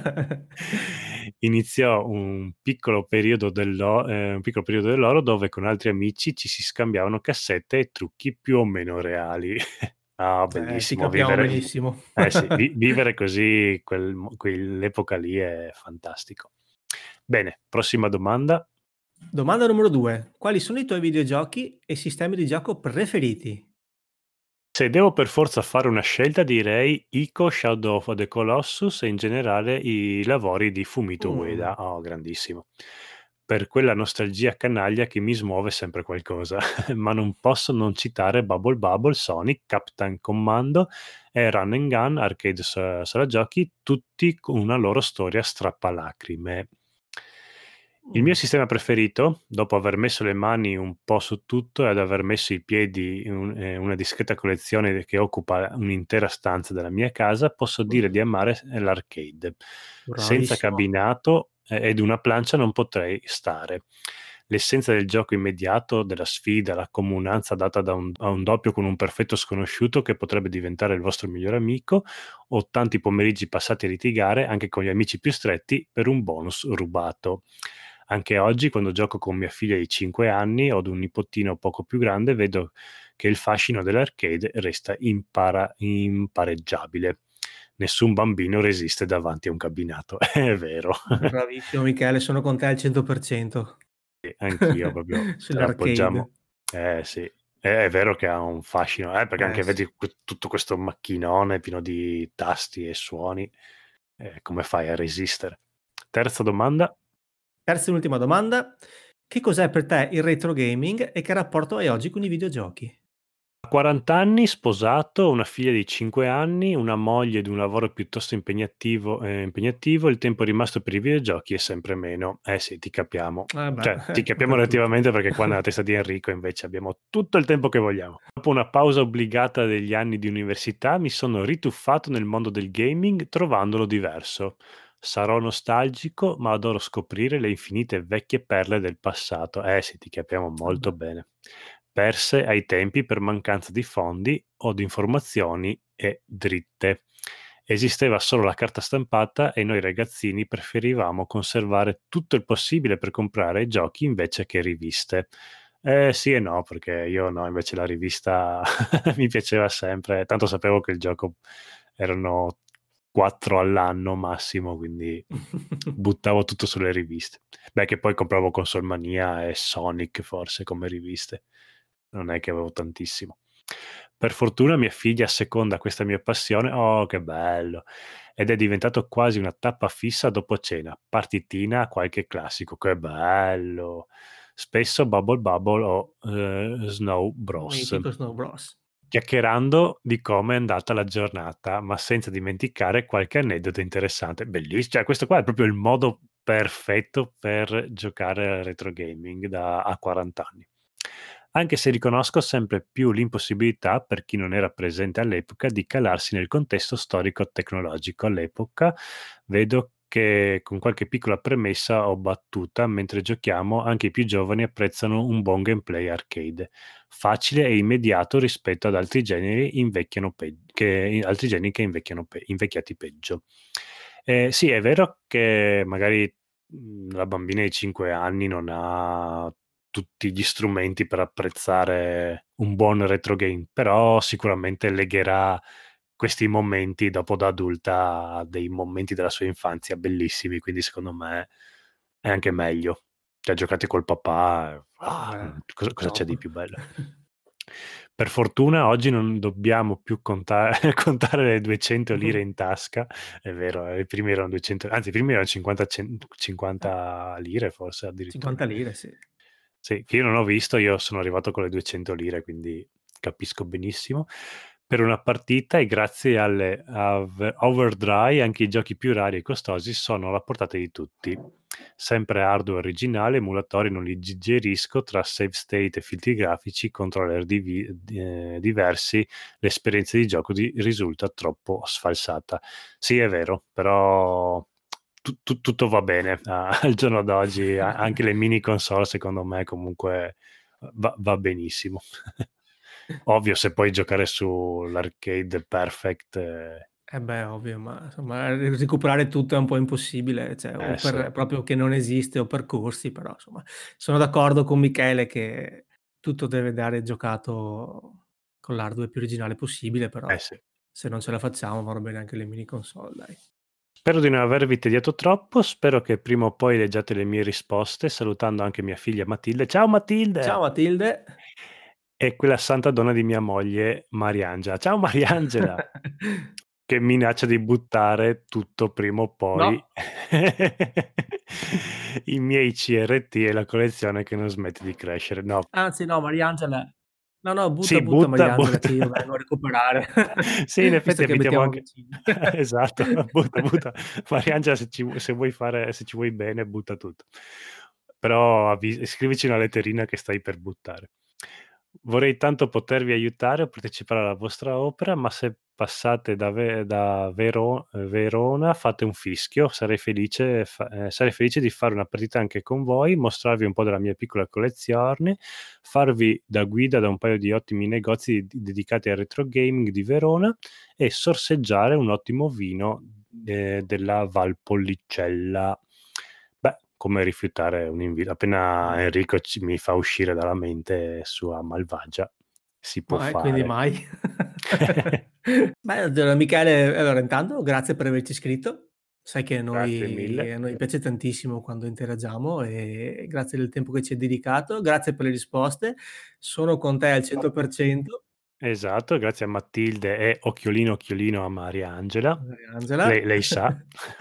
Iniziò un piccolo periodo dell'o ehm, un piccolo periodo dell'oro dove con altri amici ci si scambiavano cassette e trucchi più o meno reali. Ah, Eh, ti bellissimo capiamo vivere benissimo. eh sì, vi vivere così quel mo quell'epoca lì è fantastico. Bene, prossima domanda. Domanda numero due: quali sono i tuoi videogiochi e sistemi di gioco preferiti? Se devo per forza fare una scelta direi Ico Shadow of the Colossus e in generale i lavori di Fumito Mh. Ueda. Oh, grandissimo. Per quella nostalgia canaglia che mi smuove sempre qualcosa, ma non posso non citare Bubble Bubble, Sonic, Captain Commando e Run and Gun, Arcade sa Sala Giochi, tutti con una loro storia strappalacrime. Il Mh. mio sistema preferito, dopo aver messo le mani un po' su tutto ed aver messo i piedi in un ehm, una discreta collezione che occupa un'intera stanza della mia casa, posso dire di amare s l'arcade. Senza Bravissimo. cabinato e ed una plancia non potrei stare. L'essenza del gioco immediato, della sfida, la comunanza data da un a un doppio con un perfetto sconosciuto che potrebbe diventare il vostro migliore amico, o tanti pomeriggi passati a litigare, anche con gli amici più stretti, per un bonus rubato. Anche oggi, quando gioco con mia figlia di cinque anni o ad un nipotino poco più grande, vedo che il fascino dell'arcade resta impara impareggiabile. Nessun bambino resiste davanti a un cabinato, è vero. Bravissimo Michele, sono con te al cento per cento. Sì, anch'io proprio ce Sull'arcade. l'appoggiamo. Eh sì, è è vero che ha un fascino, eh, perché Eh anche sì. vedi que tutto questo macchinone pieno di tasti e suoni, eh, come fai a resistere? Terza domanda. Terza e ultima domanda: che cos'è per te il retro gaming e che rapporto hai oggi con i videogiochi? A quaranta anni, sposato, una figlia di cinque anni, una moglie ed un lavoro piuttosto impegnativo ehm, impegnativo, il tempo rimasto per i videogiochi è sempre meno. Eh sì, ti capiamo. Eh beh, Cioè, ti un po' capiamo tutti. relativamente perché qua nella testa di Enrico invece abbiamo tutto il tempo che vogliamo. Dopo una pausa obbligata degli anni di università, mi sono rituffato nel mondo del gaming trovandolo diverso. Sarò nostalgico, ma adoro scoprire le infinite vecchie perle del passato. Eh sì, ti capiamo Eh molto beh. bene. Perse ai tempi per mancanza di fondi o di informazioni e dritte. Esisteva solo la carta stampata e noi ragazzini preferivamo conservare tutto il possibile per comprare giochi invece che riviste. Eh sì e no, perché io no, invece la rivista mi piaceva sempre, tanto sapevo che il gioco erano quattro all'anno massimo, quindi buttavo tutto sulle riviste. Beh, che poi compravo Consolmania e Sonic forse come riviste. Non è che avevo tantissimo. Per fortuna mia figlia asseconda questa mia passione, oh che bello, ed è diventato quasi una tappa fissa dopo cena, partitina, qualche classico, che bello. Spesso Bubble Bubble o, ehm, Snow Bros. Mitico Snow Bros. Chiacchierando di come è andata la giornata, ma senza dimenticare qualche aneddoto interessante. Belliss cioè questo qua è proprio il modo perfetto per giocare al retro gaming da a quaranta anni. Anche se riconosco sempre più l'impossibilità, per chi non era presente all'epoca, di calarsi nel contesto storico-tecnologico. All'epoca vedo che con qualche piccola premessa o battuta, mentre giochiamo, anche i più giovani apprezzano un buon gameplay arcade facile e immediato rispetto ad altri generi invecchiano peg che altri generi che invecchiano pe invecchiati peggio. Ehm, sì, è vero che magari, mhmm, la bambina di cinque anni non ha tutti gli strumenti per apprezzare un buon retro game, però sicuramente legherà questi momenti dopo da adulta a dei momenti della sua infanzia bellissimi, quindi secondo me è anche meglio. ceh giocate col papà, Ah ah, beh, mhmm, cosa cosa c'è top. di più bello? Per fortuna oggi non dobbiamo più conta contare le duecento lire Mh-mh. in tasca. È vero, eh, i primi erano duecento anzi i primi eran cinquanta cen Eh. cinquanta lire forse addirittura. cinquanta lire, sì. Sì, che io non ho visto, io sono arrivato con le duecento lire, quindi capisco benissimo. Per una partita e grazie alle av overdrive anche i giochi più rari e costosi sono alla portata di tutti. Sempre hardware originale, emulatori non li digerisco, tra save state e filtri grafici, controller divi d ehm, diversi, l'esperienza di gioco di risulta troppo sfalsata. Sì, è vero, però tu tu tutto va bene a al giorno d'oggi, a anche le mini console secondo me comunque va va benissimo. Ovvio se puoi giocare sull'arcade perfect Eh beh, ovvio, ma insomma ri recuperare tutto è un po' impossibile, ceh o Eh sì. per proprio che non esiste o per corsi, però insomma sono d'accordo con Michele che tutto deve dare giocato con l'hardware più originale possibile, però Eh sì. se non ce la facciamo vanno bene anche le mini console, dai. Spero di non avervi tediato troppo, spero che prima o poi leggiate le mie risposte, salutando anche mia figlia Matilde. Ciao Ciao Matilde! Matilde. E quella santa donna di mia moglie Mariangela. Ciao Mariangela! Che minaccia di buttare tutto prima o poi. No. I miei CRT e la collezione che non smette di crescere. No. Anzi no, Mariangela no, no, butta, Sì, butta butta, Mariangela butta. che io vengo a recuperare, Sì, in effetti visto che abitiamo abitiamo anche vicini. esatto, butta, butta. Mariangela se ci vu se vuoi fare se ci vuoi bene butta tutto. Però avvi scrivici una letterina che stai per buttare. Vorrei tanto potervi aiutare o partecipare alla vostra opera, ma se passate da Ve da Vero Verona fate un fischio, sarei felice fa ehm, sarei felice di fare una partita anche con voi, mostrarvi un po' della mia piccola collezione, farvi da guida da un paio di ottimi negozi d dedicati al retro gaming di Verona e sorseggiare un ottimo vino, ehm, della Valpolicella. Beh, come rifiutare un invito? Appena Mh. Enrico ci mi fa uscire dalla mente sua malvagia, si può Ma e quindi fare. mai? Beh, allora Michele, allora intanto grazie per averci scritto. Sai che a Grazie noi mille. a noi piace tantissimo quando interagiamo e grazie del tempo che ci hai dedicato, grazie per le risposte. Sono con te al cento per cento. Esatto, grazie a Matilde e occhiolino, occhiolino a Mariangela. Lei Mariangela. lei sa.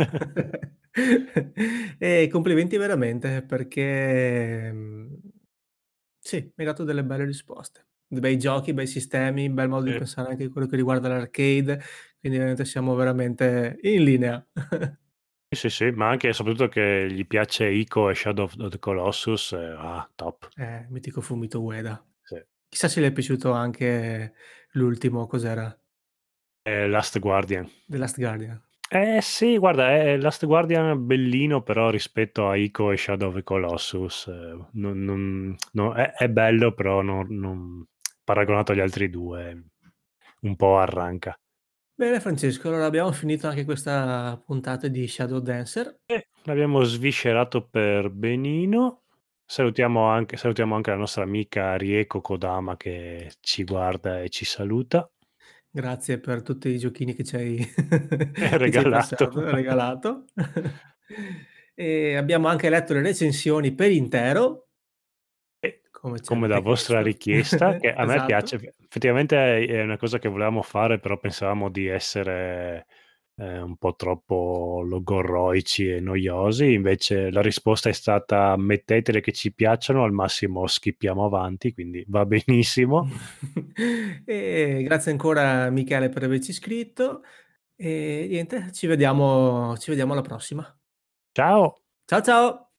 E complimenti veramente perché, mhmm, sì, mi hai dato delle belle risposte. Bei giochi, bei sistemi, bel modo di Sì. pensare anche quello che riguarda l'arcade, quindi veramente siamo veramente in linea. Sì, sì, ma anche e soprattutto che gli piace Ico e Shadow of the Colossus, ah, top. Eh, mitico Fumito Ueda. Sì. Chissà se le è piaciuto anche l'ultimo, cos'era? Ehm, Last Guardian. The Last Guardian. Eh sì, guarda, è Last Guardian bellino, però rispetto a Ico e Shadow of the Colossus non non no è è bello però non non paragonato agli altri due un po' arranca. Bene Francesco, allora abbiamo finito anche questa puntata di Shadow Dancer. Eh, l'abbiamo sviscerato per benino. Salutiamo anche salutiamo anche la nostra amica Rieko Kodama che ci guarda e ci saluta. Grazie per tutti i giochini che ci hai E che ci hai regalato. passato regalato. E abbiamo anche letto le recensioni per intero. E Come ci come da avete vostra chiesto. richiesta, che a me piace, Esatto. f effettivamente è una cosa che volevamo fare, però pensavamo di essere, ehm, un po' troppo logorroici e noiosi, invece la risposta è stata: "Mettetele che ci piacciono, al massimo skippiamo avanti", quindi va benissimo. E grazie ancora Michele per averci scritto e niente, ci vediamo ci vediamo alla prossima. Ciao. Ciao, ciao.